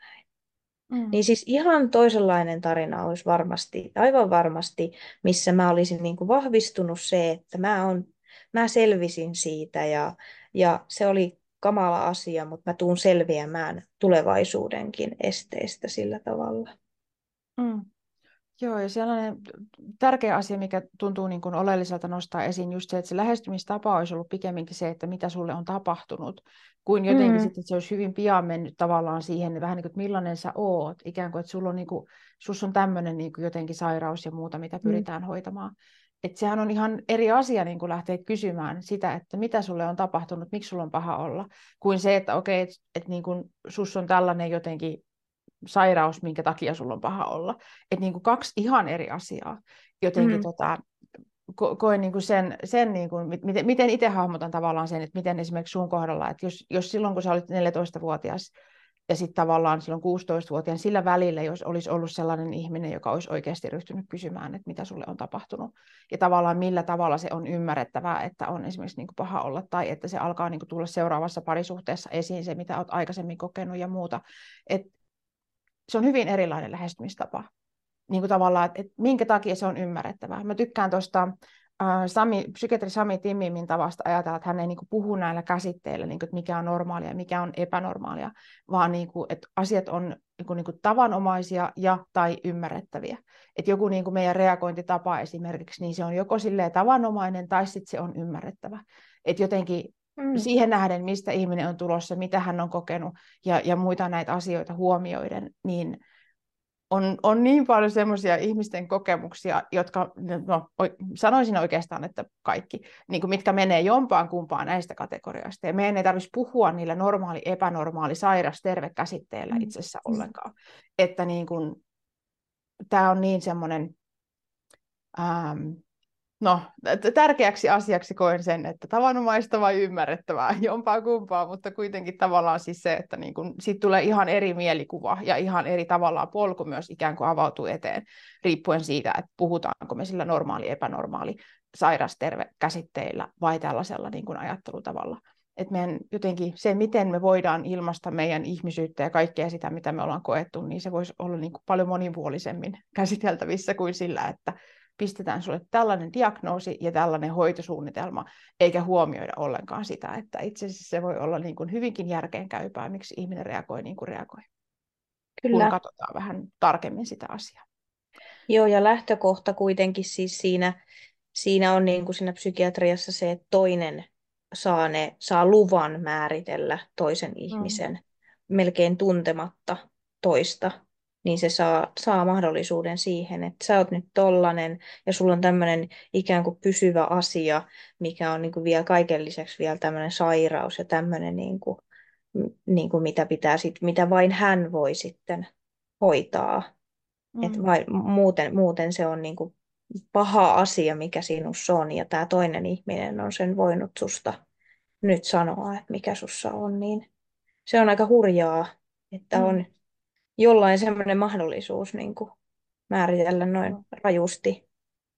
Mm. Niin siis ihan toisenlainen tarina olisi varmasti, aivan varmasti, missä mä olisin niin kuin vahvistunut se, että mä, on, mä selvisin siitä ja, ja se oli kamala asia, mutta mä tuun selviämään tulevaisuudenkin esteistä sillä tavalla. Mm. Joo, ja sellainen tärkeä asia, mikä tuntuu niin kuin oleelliselta nostaa esiin, just se, että se lähestymistapa olisi ollut pikemminkin se, että mitä sulle on tapahtunut, kuin jotenkin Mm, sitten, että se olisi hyvin pian mennyt tavallaan siihen, vähän niin kuin, että millainen sä oot, ikään kuin, että sulla on, niin kuin, sus on tämmöinen niin kuin jotenkin sairaus ja muuta, mitä mm, pyritään hoitamaan. Että sehän on ihan eri asia niin kuin lähteä kysymään sitä, että mitä sulle on tapahtunut, miksi sulla on paha olla, kuin se, että okei, että et, niin kuin, sus on tällainen jotenkin sairaus, minkä takia sulla on paha olla. Että niin kuin kaksi ihan eri asiaa. Jotenkin mm, tota, ko- koen niin kuin sen, sen niin kuin, miten, miten itse hahmotan tavallaan sen, että miten esimerkiksi sun kohdalla, että jos, jos silloin kun sä olit neljätoistavuotias ja sitten tavallaan silloin kuusitoistavuotiaan sillä välillä, jos olisi ollut sellainen ihminen, joka olisi oikeasti ryhtynyt kysymään, että mitä sulle on tapahtunut ja tavallaan millä tavalla se on ymmärrettävää, että on esimerkiksi niin kuin paha olla tai että se alkaa niin kuin tulla seuraavassa parisuhteessa esiin se, mitä olet aikaisemmin kokenut ja muuta. Et se on hyvin erilainen lähestymistapa. Niin kuin tavallaan, että, että minkä takia se on ymmärrettävää. Mä tykkään tuosta äh, Sami, psykiatri Sami Timmimin tavasta ajatella, että hän ei niin kuin puhu näillä käsitteillä, niin kuin, että mikä on normaalia ja mikä on epänormaalia, vaan niin kuin, että asiat on niin kuin, niin kuin tavanomaisia ja tai ymmärrettäviä. Että joku niin kuin meidän reagointitapa esimerkiksi, niin se on joko silleen tavanomainen tai sitten se on ymmärrettävä. Että jotenkin mm, siihen nähden, mistä ihminen on tulossa, mitä hän on kokenut ja, ja muita näitä asioita huomioiden, niin on, on niin paljon semmoisia ihmisten kokemuksia, jotka, no, sanoisin oikeastaan, että kaikki, niin kuin mitkä menee jompaan kumpaan näistä kategorioista. Ja meidän ei tarvitsisi puhua niillä normaali, epänormaali, sairas, terve käsitteellä mm, itse asiassa mm, ollenkaan. Että niin kuin, tämä on niin semmoinen, ähm, No, t- tärkeäksi asiaksi koen sen, että tavanomaista vai ymmärrettävää, jompaa kumpaa, mutta kuitenkin tavallaan siis se, että niin kun, siitä tulee ihan eri mielikuva ja ihan eri tavallaan polku myös ikään kuin avautuu eteen, riippuen siitä, että puhutaanko me sillä normaali, epänormaali, sairas, terve käsitteillä vai tällaisella niin kuin ajattelutavalla. Että meidän jotenkin se, miten me voidaan ilmaista meidän ihmisyyttä ja kaikkea sitä, mitä me ollaan koettu, niin se voisi olla niin kuin paljon monipuolisemmin käsiteltävissä kuin sillä, että pistetään sulle tällainen diagnoosi ja tällainen hoitosuunnitelma, eikä huomioida ollenkaan sitä, että itse asiassa se voi olla niin kuin hyvinkin järkeenkäypää, miksi ihminen reagoi niin kuin reagoi, kun Kyllä. katsotaan vähän tarkemmin sitä asiaa. Joo, ja lähtökohta kuitenkin siis siinä, siinä on niin kuin siinä psykiatriassa se, että toinen saa, ne, saa luvan määritellä toisen Mm. ihmisen melkein tuntematta toista, niin se saa, saa mahdollisuuden siihen, että sä oot nyt tollanen ja sulla on tämmöinen ikään kuin pysyvä asia, mikä on niin kuin vielä kaiken lisäksi vielä tämmöinen sairaus ja tämmöinen, niin kuin, niin kuin mitä pitää sit, mitä vain hän voi sitten hoitaa. Et Mm. vai, muuten, muuten se on niinku paha asia, mikä sinussa on, ja tämä toinen ihminen on sen voinut susta nyt sanoa, että mikä sussa on, niin se on aika hurjaa, että Mm. on jollain semmoinen mahdollisuus niinku määritellä noin Joo. rajusti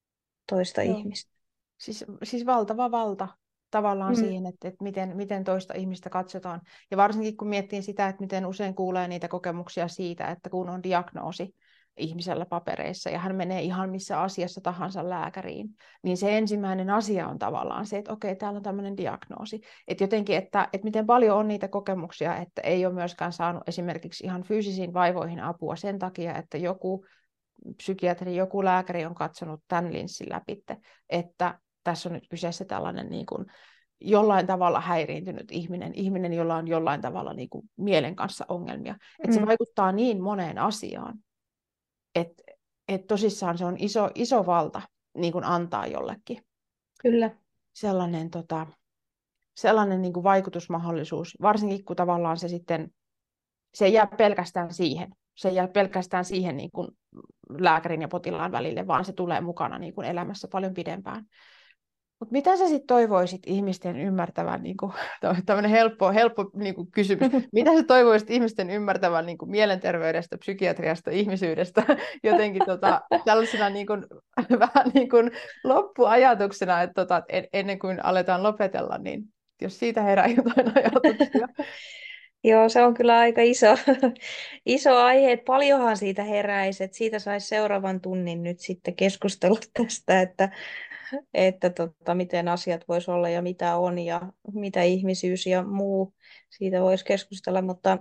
toista Joo. ihmistä. Siis, siis valtava valta tavallaan Mm. siihen, että, että miten, miten toista ihmistä katsotaan. Ja varsinkin kun miettii sitä, että miten usein kuulee niitä kokemuksia siitä, että kun on diagnoosi ihmisellä papereissa ja hän menee ihan missä asiassa tahansa lääkäriin, niin se ensimmäinen asia on tavallaan se, että okei, täällä on tämmöinen diagnoosi. Että jotenkin, että, että miten paljon on niitä kokemuksia, että ei ole myöskään saanut esimerkiksi ihan fyysisiin vaivoihin apua sen takia, että joku psykiatri, joku lääkäri on katsonut tämän linssin läpi, että tässä on nyt kyseessä tällainen niin kuin jollain tavalla häiriintynyt ihminen, ihminen, jolla on jollain tavalla niin kuin mielen kanssa ongelmia. Että se Mm. vaikuttaa niin moneen asiaan, että, että tosissaan se on iso, iso valta niin kuin antaa jollekin Kyllä. sellainen, tota, sellainen niin kuin vaikutusmahdollisuus, varsinkin kun tavallaan se sitten, se ei jää pelkästään siihen, se ei jää pelkästään siihen niin kuin lääkärin ja potilaan välille, vaan se tulee mukana niin kuin elämässä paljon pidempään. Mutta mitä sä sitten toivoisit ihmisten ymmärtävän, niin kuin, tämmöinen helppo, helppo niin kuin kysymys, mitä sä toivoisit ihmisten ymmärtävän niin kuin mielenterveydestä, psykiatriasta, ihmisyydestä jotenkin tota, tällaisena niin kuin, vähän niin kuin loppuajatuksena, että tota, en, ennen kuin aletaan lopetella, niin jos siitä herää jotain ajatuksia. Joo, se on kyllä aika iso, iso aihe. Että paljonhan siitä heräisi, että siitä saisi seuraavan tunnin nyt sitten keskustella tästä, että, että tota, miten asiat voisi olla ja mitä on ja mitä ihmisyys ja muu siitä voisi keskustella, mutta,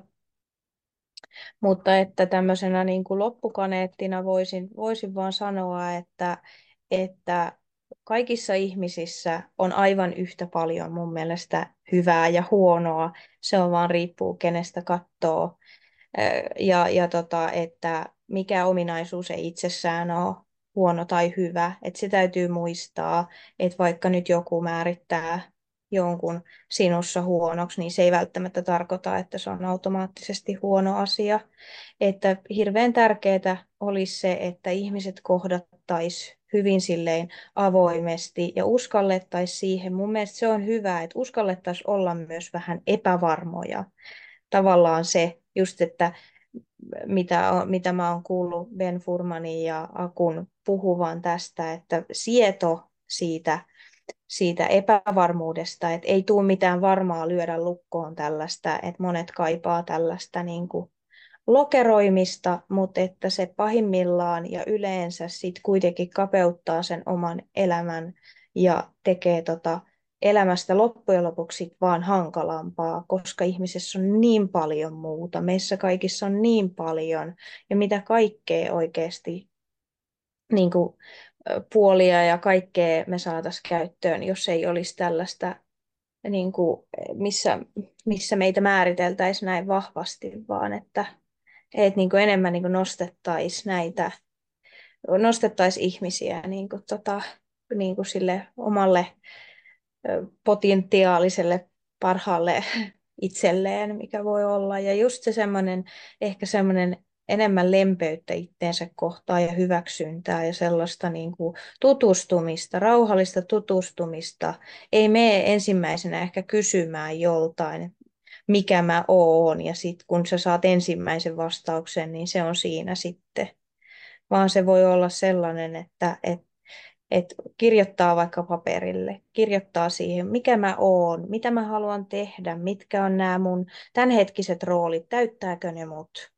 mutta että tämmöisenä niin kuin loppukaneettina voisin, voisin vaan sanoa, että, että kaikissa ihmisissä on aivan yhtä paljon mun mielestä hyvää ja huonoa. Se on vaan riippuu kenestä katsoo. Ja, ja tota, että mikä ominaisuus ei itsessään ole huono tai hyvä. Että se täytyy muistaa, että vaikka nyt joku määrittää jonkun sinussa huonoksi, niin se ei välttämättä tarkoita, että se on automaattisesti huono asia. Että hirveän tärkeää olisi se, että ihmiset kohdattaisiin hyvin silleen avoimesti ja uskallettaisiin siihen. Mun mielestä se on hyvä, että uskallettaisiin olla myös vähän epävarmoja. Tavallaan se just, että mitä, mitä mä oon kuullut Ben Furmanin ja Akun puhuvan tästä, että sieto siitä, siitä epävarmuudesta, että ei tule mitään varmaa lyödä lukkoon tällaista, että monet kaipaa tällaista niin kuin lokeroimista, mutta että se pahimmillaan ja yleensä sit kuitenkin kapeuttaa sen oman elämän ja tekee tota elämästä loppujen lopuksi vaan hankalampaa, koska ihmisessä on niin paljon muuta, meissä kaikissa on niin paljon, ja mitä kaikkea oikeasti niin kuin, puolia ja kaikkea me saataisiin käyttöön, jos ei olisi tällaista, niin kuin, missä, missä meitä määriteltäisiin näin vahvasti, vaan että että niin kuin enemmän niin kuin nostettaisiin näitä, nostettaisiin ihmisiä niin kuin tota, niin kuin sille omalle potentiaaliselle parhaalle itselleen, mikä voi olla. Ja just se semmoinen, ehkä semmoinen enemmän lempeyttä itteensä kohtaan ja hyväksyntää ja sellaista niin kuin tutustumista, rauhallista tutustumista. Ei mene ensimmäisenä ehkä kysymään joltain, mikä mä oon, ja sitten kun sä saat ensimmäisen vastauksen, niin se on siinä sitten. Vaan se voi olla sellainen, että, että että kirjoittaa vaikka paperille, kirjoittaa siihen, mikä mä oon, mitä mä haluan tehdä, mitkä on nämä mun tämänhetkiset roolit, täyttääkö ne mut.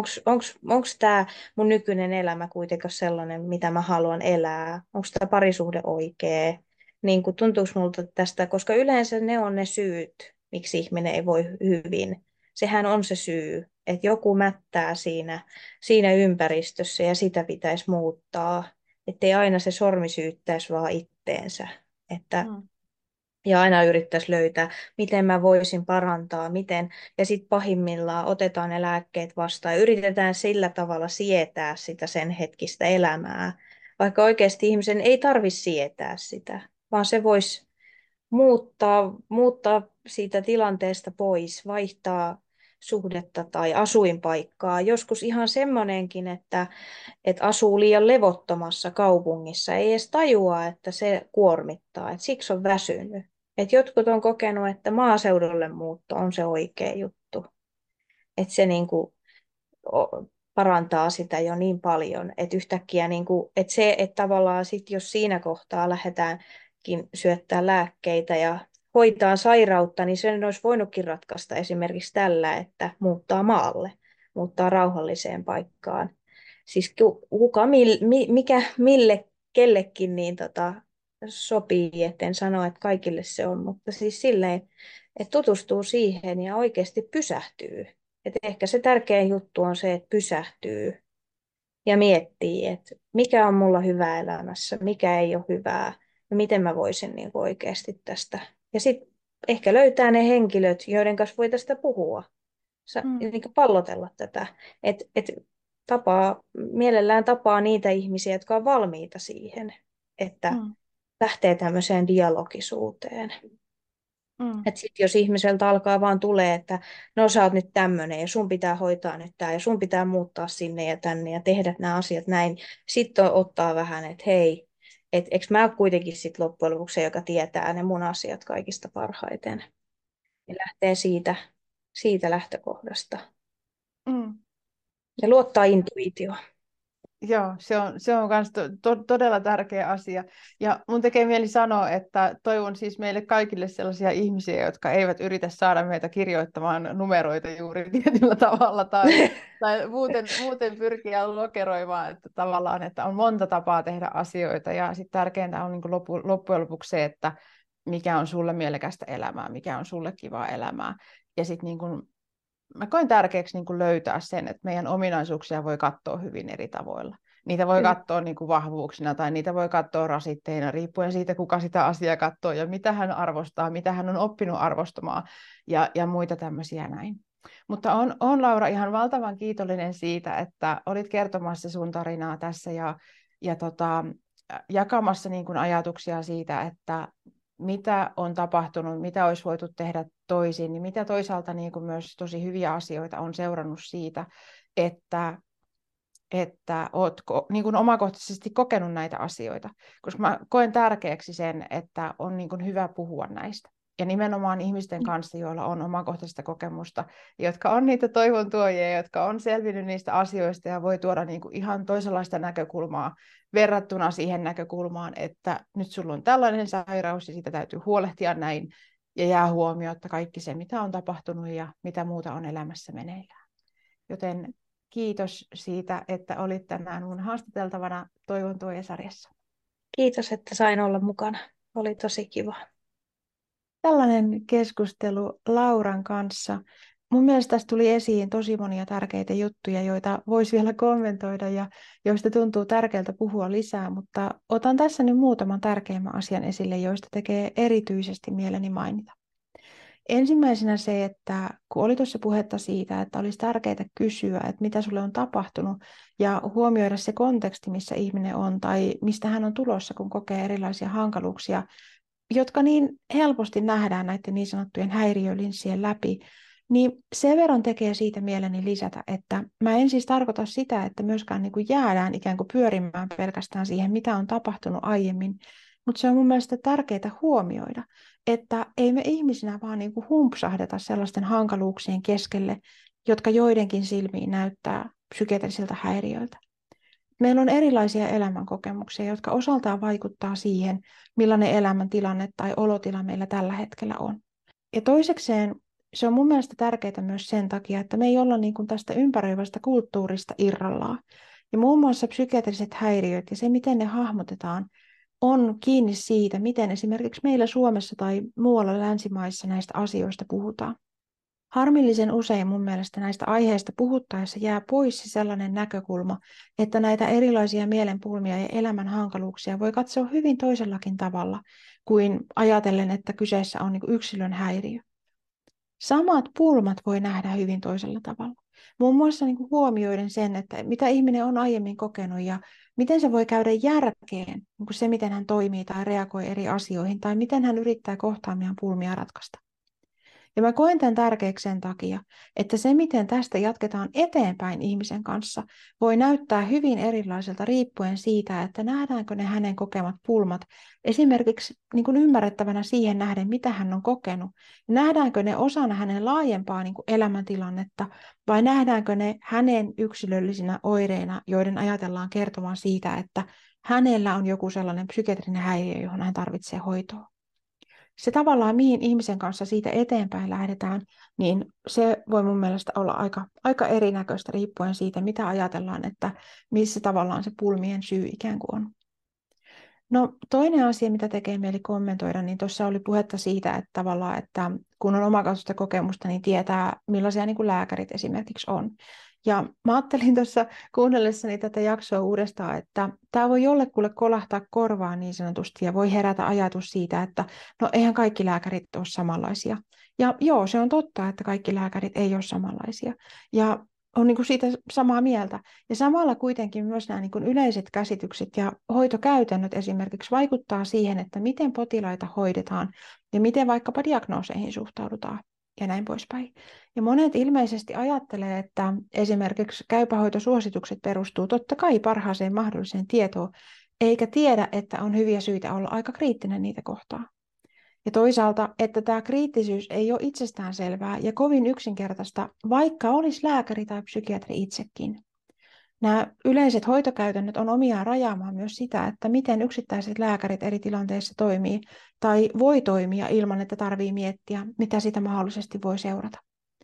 Onko tämä mun nykyinen elämä kuitenkaan sellainen, mitä mä haluan elää? Onko tämä parisuhde oikea? Niin kuin tuntuuko multa tästä, koska yleensä ne on ne syyt, miksi ihminen ei voi hyvin. Sehän on se syy, että joku mättää siinä, siinä ympäristössä ja sitä pitäisi muuttaa. Ettei aina se sormi syyttäisi vaan itteensä. Että, Mm. ja aina yrittäisi löytää, miten mä voisin parantaa, miten. Ja sitten pahimmillaan otetaan ne lääkkeet vastaan ja yritetään sillä tavalla sietää sitä sen hetkistä elämää. Vaikka oikeasti ihmisen ei tarvitse sietää sitä, vaan se voisi muuttaa, muuttaa siitä tilanteesta pois, vaihtaa suhdetta tai asuinpaikkaa. Joskus ihan semmoinenkin, että, että asuu liian levottomassa kaupungissa, ei edes tajua, että se kuormittaa, että siksi on väsynyt. Että jotkut on kokenut, että maaseudulle muutto on se oikea juttu. Että se niinku o- parantaa sitä jo niin paljon, että yhtäkkiä niinku, että se, että tavallaan sit jos siinä kohtaa lähdetäänkin syöttää lääkkeitä ja hoitaa sairautta, niin sen olisi voinutkin ratkaista esimerkiksi tällä, että muuttaa maalle, muuttaa rauhalliseen paikkaan. Siis ku- kuka, mil, mi, mikä mille kellekin niin tota, sopii, etten sano, että kaikille se on, mutta siis silleen, että tutustuu siihen ja oikeasti pysähtyy. Et ehkä se tärkein juttu on se, että pysähtyy ja miettii, että mikä on mulla hyvää elämässä, mikä ei ole hyvää ja miten mä voisin niin kuin oikeasti tästä. Ja sitten ehkä löytää ne henkilöt, joiden kanssa voi tästä puhua, Sa- Mm. niin kuin pallotella tätä. Et, et tapaa, mielellään tapaa niitä ihmisiä, jotka on valmiita siihen, että Mm. lähtee tämmöiseen dialogisuuteen. Mm. Että sit jos ihmiseltä alkaa vaan tulee, että no sä oot nyt tämmöinen ja sun pitää hoitaa nyt tää ja sun pitää muuttaa sinne ja tänne ja tehdä nämä asiat näin. Sitten ottaa vähän, että hei, että eikö mä ole kuitenkin sit loppujen lopuksi se, joka tietää ne mun asiat kaikista parhaiten. Ja lähtee siitä, siitä lähtökohdasta. Mm. Ja luottaa intuitioon. Joo, se on, se on myös to, to, todella tärkeä asia. Ja mun tekee mieli sanoa, että toivon siis meille kaikille sellaisia ihmisiä, jotka eivät yritä saada meitä kirjoittamaan numeroita juuri tietyllä tavalla tai, tai muuten, muuten pyrkiä lokeroimaan, että tavallaan, että on monta tapaa tehdä asioita. Ja sitten tärkeintä on niin kuin lopu, loppujen lopuksi se, että mikä on sulle mielekästä elämää, mikä on sulle kivaa elämää. Ja sitten niin kuin mä koen tärkeäksi niin kuin löytää sen, että meidän ominaisuuksia voi katsoa hyvin eri tavoilla. Niitä voi Kyllä. katsoa niin kuin vahvuuksina tai niitä voi katsoa rasitteina, riippuen siitä, kuka sitä asiaa katsoo ja mitä hän arvostaa, mitä hän on oppinut arvostamaan ja, ja muita tämmöisiä näin. Mutta on, on Laura ihan valtavan kiitollinen siitä, että olit kertomassa sun tarinaa tässä ja, ja tota, jakamassa niin kuin ajatuksia siitä, että mitä on tapahtunut, mitä olisi voitu tehdä toisin, niin mitä toisaalta niin kuin myös tosi hyviä asioita on seurannut siitä, että, että olet niin kuin omakohtaisesti kokenut näitä asioita. Koska mä koen tärkeäksi sen, että on niin kuin hyvä puhua näistä. Ja nimenomaan ihmisten kanssa, joilla on omakohtaista kokemusta, jotka on niitä toivon tuojia, jotka on selvinnyt niistä asioista ja voi tuoda niin kuin ihan toisenlaista näkökulmaa verrattuna siihen näkökulmaan, että nyt sulla on tällainen sairaus ja siitä täytyy huolehtia näin ja jää huomiotta kaikki se, mitä on tapahtunut ja mitä muuta on elämässä meneillään. Joten kiitos siitä, että olit tänään mun haastateltavana Toivon tuoja-sarjassa. Kiitos, että sain olla mukana. Oli tosi kiva. Tällainen keskustelu Lauran kanssa. Mun mielestä tässä tuli esiin tosi monia tärkeitä juttuja, joita voisi vielä kommentoida ja joista tuntuu tärkeältä puhua lisää, mutta otan tässä nyt muutaman tärkeimmän asian esille, joista tekee erityisesti mieleni mainita. Ensimmäisenä se, että kun oli tuossa puhetta siitä, että olisi tärkeää kysyä, että mitä sulle on tapahtunut ja huomioida se konteksti, missä ihminen on tai mistä hän on tulossa, kun kokee erilaisia hankaluuksia, jotka niin helposti nähdään näiden niin sanottujen häiriölinssien läpi. Niin sen verran tekee siitä mieleni lisätä, että mä en siis tarkoita sitä, että myöskään niin kuin jäädään ikään kuin pyörimään pelkästään siihen, mitä on tapahtunut aiemmin, mutta se on mun mielestä tärkeää huomioida, että ei me ihmisinä vaan niin kuin humpsahdeta sellaisten hankaluuksien keskelle, jotka joidenkin silmiin näyttää psykiatrisilta häiriöiltä. Meillä on erilaisia elämänkokemuksia, jotka osaltaan vaikuttaa siihen, millainen elämäntilanne tai olotila meillä tällä hetkellä on. Ja toisekseen se on mun mielestä tärkeää myös sen takia, että me ei olla niin kuin tästä ympäröivästä kulttuurista irrallaan. Ja muun muassa psykiatriset häiriöt ja se, miten ne hahmotetaan, on kiinni siitä, miten esimerkiksi meillä Suomessa tai muualla länsimaissa näistä asioista puhutaan. Harmillisen usein mun mielestä näistä aiheista puhuttaessa jää pois se sellainen näkökulma, että näitä erilaisia mielenpulmia ja elämän hankaluuksia voi katsoa hyvin toisellakin tavalla kuin ajatellen, että kyseessä on niin kuin yksilön häiriö. Samat pulmat voi nähdä hyvin toisella tavalla. Muun muassa niin kuin huomioiden sen, että mitä ihminen on aiemmin kokenut ja miten se voi käydä järkeen, niin kuin se miten hän toimii tai reagoi eri asioihin tai miten hän yrittää kohtaamiaan pulmia ratkaista. Ja mä koen tämän tärkeäksi sen takia, että se, miten tästä jatketaan eteenpäin ihmisen kanssa, voi näyttää hyvin erilaiselta riippuen siitä, että nähdäänkö ne hänen kokemat pulmat esimerkiksi niin kuin ymmärrettävänä siihen nähden, mitä hän on kokenut. Nähdäänkö ne osana hänen laajempaa niin kuin elämäntilannetta vai nähdäänkö ne hänen yksilöllisinä oireina, joiden ajatellaan kertomaan siitä, että hänellä on joku sellainen psykiatrinen häiriö, johon hän tarvitsee hoitoa. Se tavallaan, mihin ihmisen kanssa siitä eteenpäin lähdetään, niin se voi mun mielestä olla aika, aika erinäköistä riippuen siitä, mitä ajatellaan, että missä tavallaan se pulmien syy ikään kuin on. No toinen asia, mitä tekee mieli kommentoida, niin tuossa oli puhetta siitä, että tavallaan, että kun on omakohtaista kokemusta, niin tietää, millaisia niin kuin lääkärit esimerkiksi on. Ja mä ajattelin tuossa kuunnellessani tätä jaksoa uudestaan, että tämä voi jollekulle kolahtaa korvaan niin sanotusti ja voi herätä ajatus siitä, että no eihän kaikki lääkärit ole samanlaisia. Ja joo, se on totta, että kaikki lääkärit ei ole samanlaisia. Ja on niin kuin siitä samaa mieltä. Ja samalla kuitenkin myös nämä niin kuin yleiset käsitykset ja hoitokäytännöt esimerkiksi vaikuttaa siihen, että miten potilaita hoidetaan ja miten vaikkapa diagnooseihin suhtaudutaan ja näin poispäin. Ja monet ilmeisesti ajattelee, että esimerkiksi käypähoitosuositukset perustuu totta kai parhaaseen mahdolliseen tietoon, eikä tiedä, että on hyviä syitä olla aika kriittinen niitä kohtaan. Ja toisaalta, että tämä kriittisyys ei ole itsestään selvää ja kovin yksinkertaista, vaikka olisi lääkäri tai psykiatri itsekin. Nämä yleiset hoitokäytännöt on omiaan rajaamaan myös sitä, että miten yksittäiset lääkärit eri tilanteissa toimii tai voi toimia ilman, että tarvitsee miettiä, mitä sitä mahdollisesti voi seurata.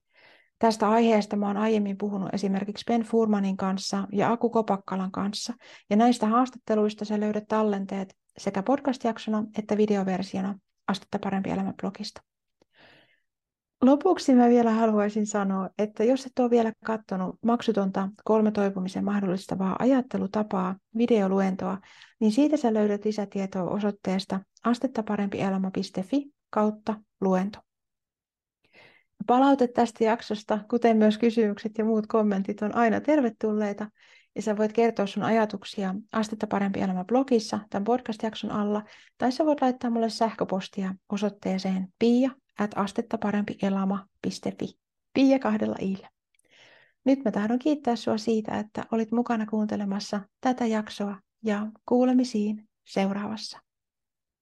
Tästä aiheesta mä oon aiemmin puhunut esimerkiksi Ben Furmanin kanssa ja Aku Kopakkalan kanssa, ja näistä haastatteluista sä löydät tallenteet sekä podcast-jaksona että videoversiona Astetta parempi elämä -blogista. Lopuksi mä vielä haluaisin sanoa, että jos et ole vielä katsonut maksutonta kolme toipumisen mahdollistavaa ajattelutapaa videoluentoa, niin siitä sä löydät lisätietoa osoitteesta astettaparempielämä piste fi kautta luento. Palaute tästä jaksosta, kuten myös kysymykset ja muut kommentit, on aina tervetulleita. Ja sä voit kertoa sun ajatuksia Astetta parempi elämä -blogissa tämän podcast-jakson alla, tai sä voit laittaa mulle sähköpostia osoitteeseen pia at astettaparempielama piste fi. Pia kahdella iillä. Nyt mä tahdon kiittää sua siitä, että olit mukana kuuntelemassa tätä jaksoa, ja kuulemisiin seuraavassa.